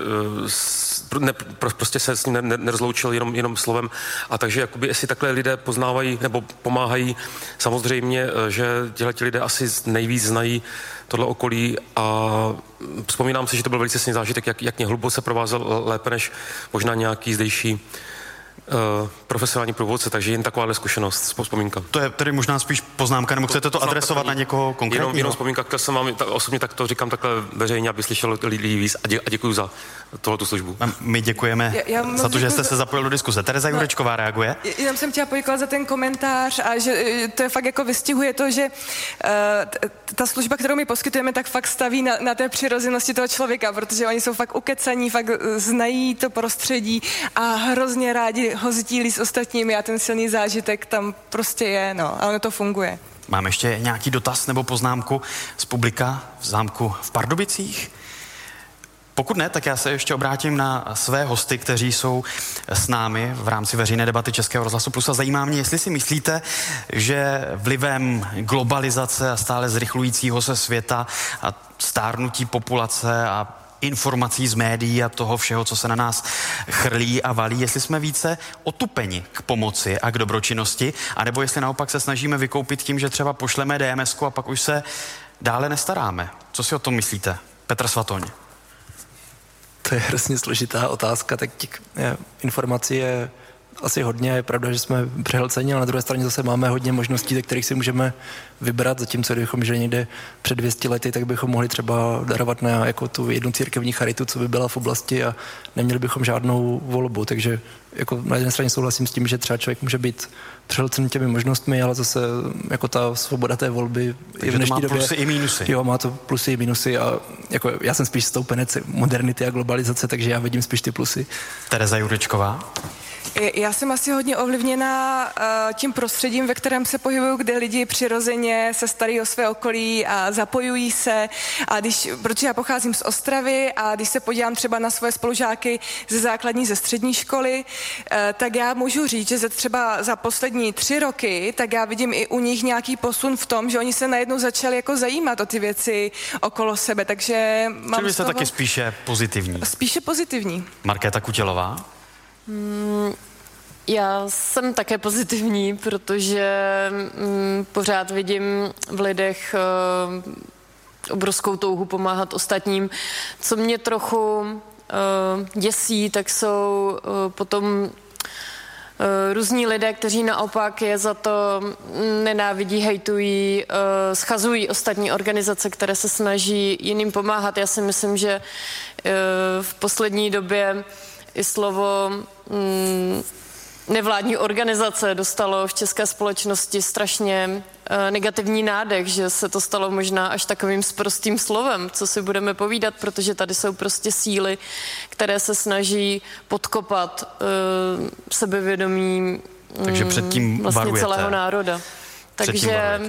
ne, prostě se s ním nerozloučil jenom, jenom slovem. A takže jakoby, jestli takhle lidé poznávají nebo pomáhají, samozřejmě, že těhleti lidé asi nejvíc znají tohle okolí a vzpomínám si, že to byl velice silný zážitek, jak, jak mě hluboce provázel lépe než možná nějaký zdejší Uh, profesionální průvodce, takže jen takováhle zkušenost, vzpomínka. To je tedy možná spíš poznámka, nebo chcete to adresovat na někoho konkrétního? Jenom, jenom vzpomínka, to jsem vám tak, osobně tak to říkám takhle veřejně, aby slyšelo lidi víc a, dě, a děkuji za tohletu službu. A my děkujeme já, já za to, že jste se zapojil do diskuze. Tereza Jurečková reaguje. Jenom jsem chtěla poděkovat za ten komentář a že to je fakt jako vystihuje to, že uh, ta služba, kterou my poskytujeme, tak fakt staví na, na té přirozenosti toho člověka, protože oni jsou fakt ukecaní, fakt znají to prostředí a hrozně rádi ho sdílí s ostatními a ten silný zážitek tam prostě je, no, a ono to funguje. Mám ještě nějaký dotaz nebo poznámku z publika v zámku v Pardubicích? Pokud ne, tak já se ještě obrátím na své hosty, kteří jsou s námi v rámci veřejné debaty Českého rozhlasu Plus a zajímá mě, jestli si myslíte, že vlivem globalizace a stále zrychlujícího se světa a stárnutí populace a informací z médií a toho všeho, co se na nás chrlí a valí, jestli jsme více otupeni k pomoci a k dobročinnosti, anebo jestli naopak se snažíme vykoupit tím, že třeba pošleme D M S ku a pak už se dále nestaráme. Co si o tom myslíte? Petr Svatoň. To je hrozně složitá otázka, tak těch je, informací je asi hodně, je pravda, že jsme přehlceni, ale na druhé straně zase máme hodně možností, ze kterých si můžeme vybrat, zatímco kdybychom žili někde před dvěma lety, tak bychom mohli třeba darovat na jako tu jednu církevní charitu, co by byla v oblasti a neměli bychom žádnou volbu, takže jako na jedné straně souhlasím s tím, že třeba člověk může být přehlcen těmi možnostmi, ale zase jako ta svoboda té volby je v dnešní době. Plusy i mínusy. Jo, má to plusy i mínusy a jako já jsem spíš stoupenec modernity a globalizace, takže já vidím spíš ty plusy. Tereza Jurečková. Já jsem asi hodně ovlivněna uh, tím prostředím, ve kterém se pohybuju, kde lidi přirozeně se starají o své okolí a zapojují se. A když, protože já pocházím z Ostravy a když se podívám třeba na svoje spolužáky ze základní, ze střední školy, uh, tak já můžu říct, že třeba za poslední tři roky, tak já vidím i u nich nějaký posun v tom, že oni se najednou začali jako zajímat o ty věci okolo sebe, takže mám Čili jste toho... taky spíše pozitivní. Spíše pozitivní. Markéta Kutělová. Hmm, já jsem také pozitivní, protože hmm, pořád vidím v lidech uh, obrovskou touhu pomáhat ostatním. Co mě trochu uh, děsí, tak jsou uh, potom Uh, různí lidé, kteří naopak je za to nenávidí, hejtují, uh, schazují ostatní organizace, které se snaží jiným pomáhat. Já si myslím, že uh, v poslední době i slovo um, nevládní organizace dostalo v české společnosti strašně uh, negativní nádech, že se to stalo možná až takovým sprostým slovem, co si budeme povídat, protože tady jsou prostě síly, které se snaží podkopat uh, sebevědomí Takže předtím vlastně varujete. celého národa. Takže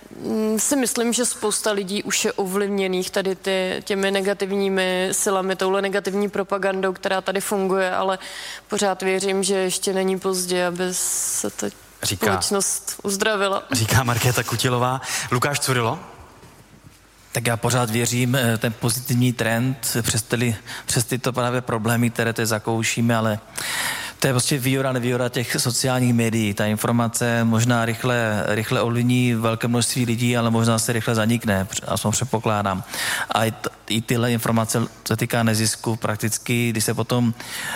si myslím, že spousta lidí už je ovlivněných tady ty, těmi negativními silami, touhle negativní propagandou, která tady funguje, ale pořád věřím, že ještě není pozdě, aby se ta Říká, společnost uzdravila. Říká Markéta Kutilová. Lukáš Curylo? Tak já pořád věřím, ten pozitivní trend přes, tyli, přes tyto právě problémy, které teď zakoušíme, ale to je prostě výhoda, nevýhoda těch sociálních médií. Ta informace možná rychle, rychle ovlivní velké množství lidí, ale možná se rychle zanikne, aspoň předpokládám. A i, t- i tyhle informace se týká nezisku prakticky, když se potom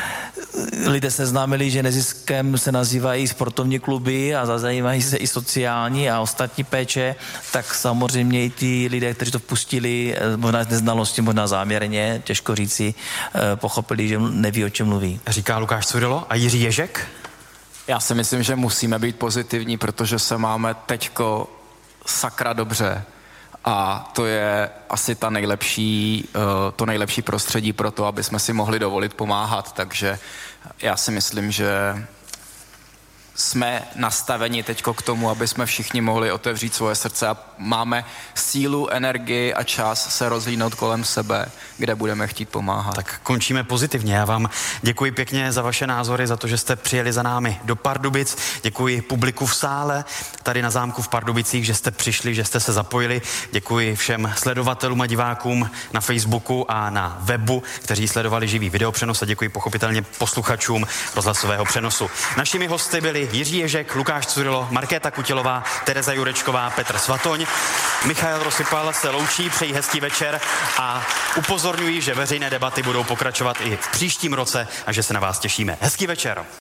lidé seznámili, že neziskem se nazývají sportovní kluby a zajímají se i sociální a ostatní péče, tak samozřejmě i ty lidé, kteří to pustili, možná z neznalosti, možná záměrně, těžko říci, pochopili, že neví, o čem mluví. Říká Lukáš Curylo. A Jiří Ježek? Já si myslím, že musíme být pozitivní, protože se máme teďko sakra dobře. A to je asi ta nejlepší, to nejlepší prostředí pro to, aby jsme si mohli dovolit pomáhat. Takže já si myslím, že jsme nastaveni teďko k tomu, aby jsme všichni mohli otevřít svoje srdce a máme sílu, energii a čas se rozhlídnout kolem sebe, kde budeme chtít pomáhat. Tak končíme pozitivně. Já vám děkuji pěkně za vaše názory, za to, že jste přijeli za námi do Pardubic. Děkuji publiku v sále, tady na zámku v Pardubicích, že jste přišli, že jste se zapojili. Děkuji všem sledovatelům a divákům na Facebooku a na webu, kteří sledovali živý videopřenos a děkuji pochopitelně posluchačům rozhlasového přenosu. Našimi hosty byli Jiří Ježek, Lukáš Curylo, Markéta Kutilová, Tereza Jurečková, Petr Svatoň. Michael Rosypal se loučí, přejí hezký večer a upozorňují, že veřejné debaty budou pokračovat i v příštím roce a že se na vás těšíme. Hezký večer.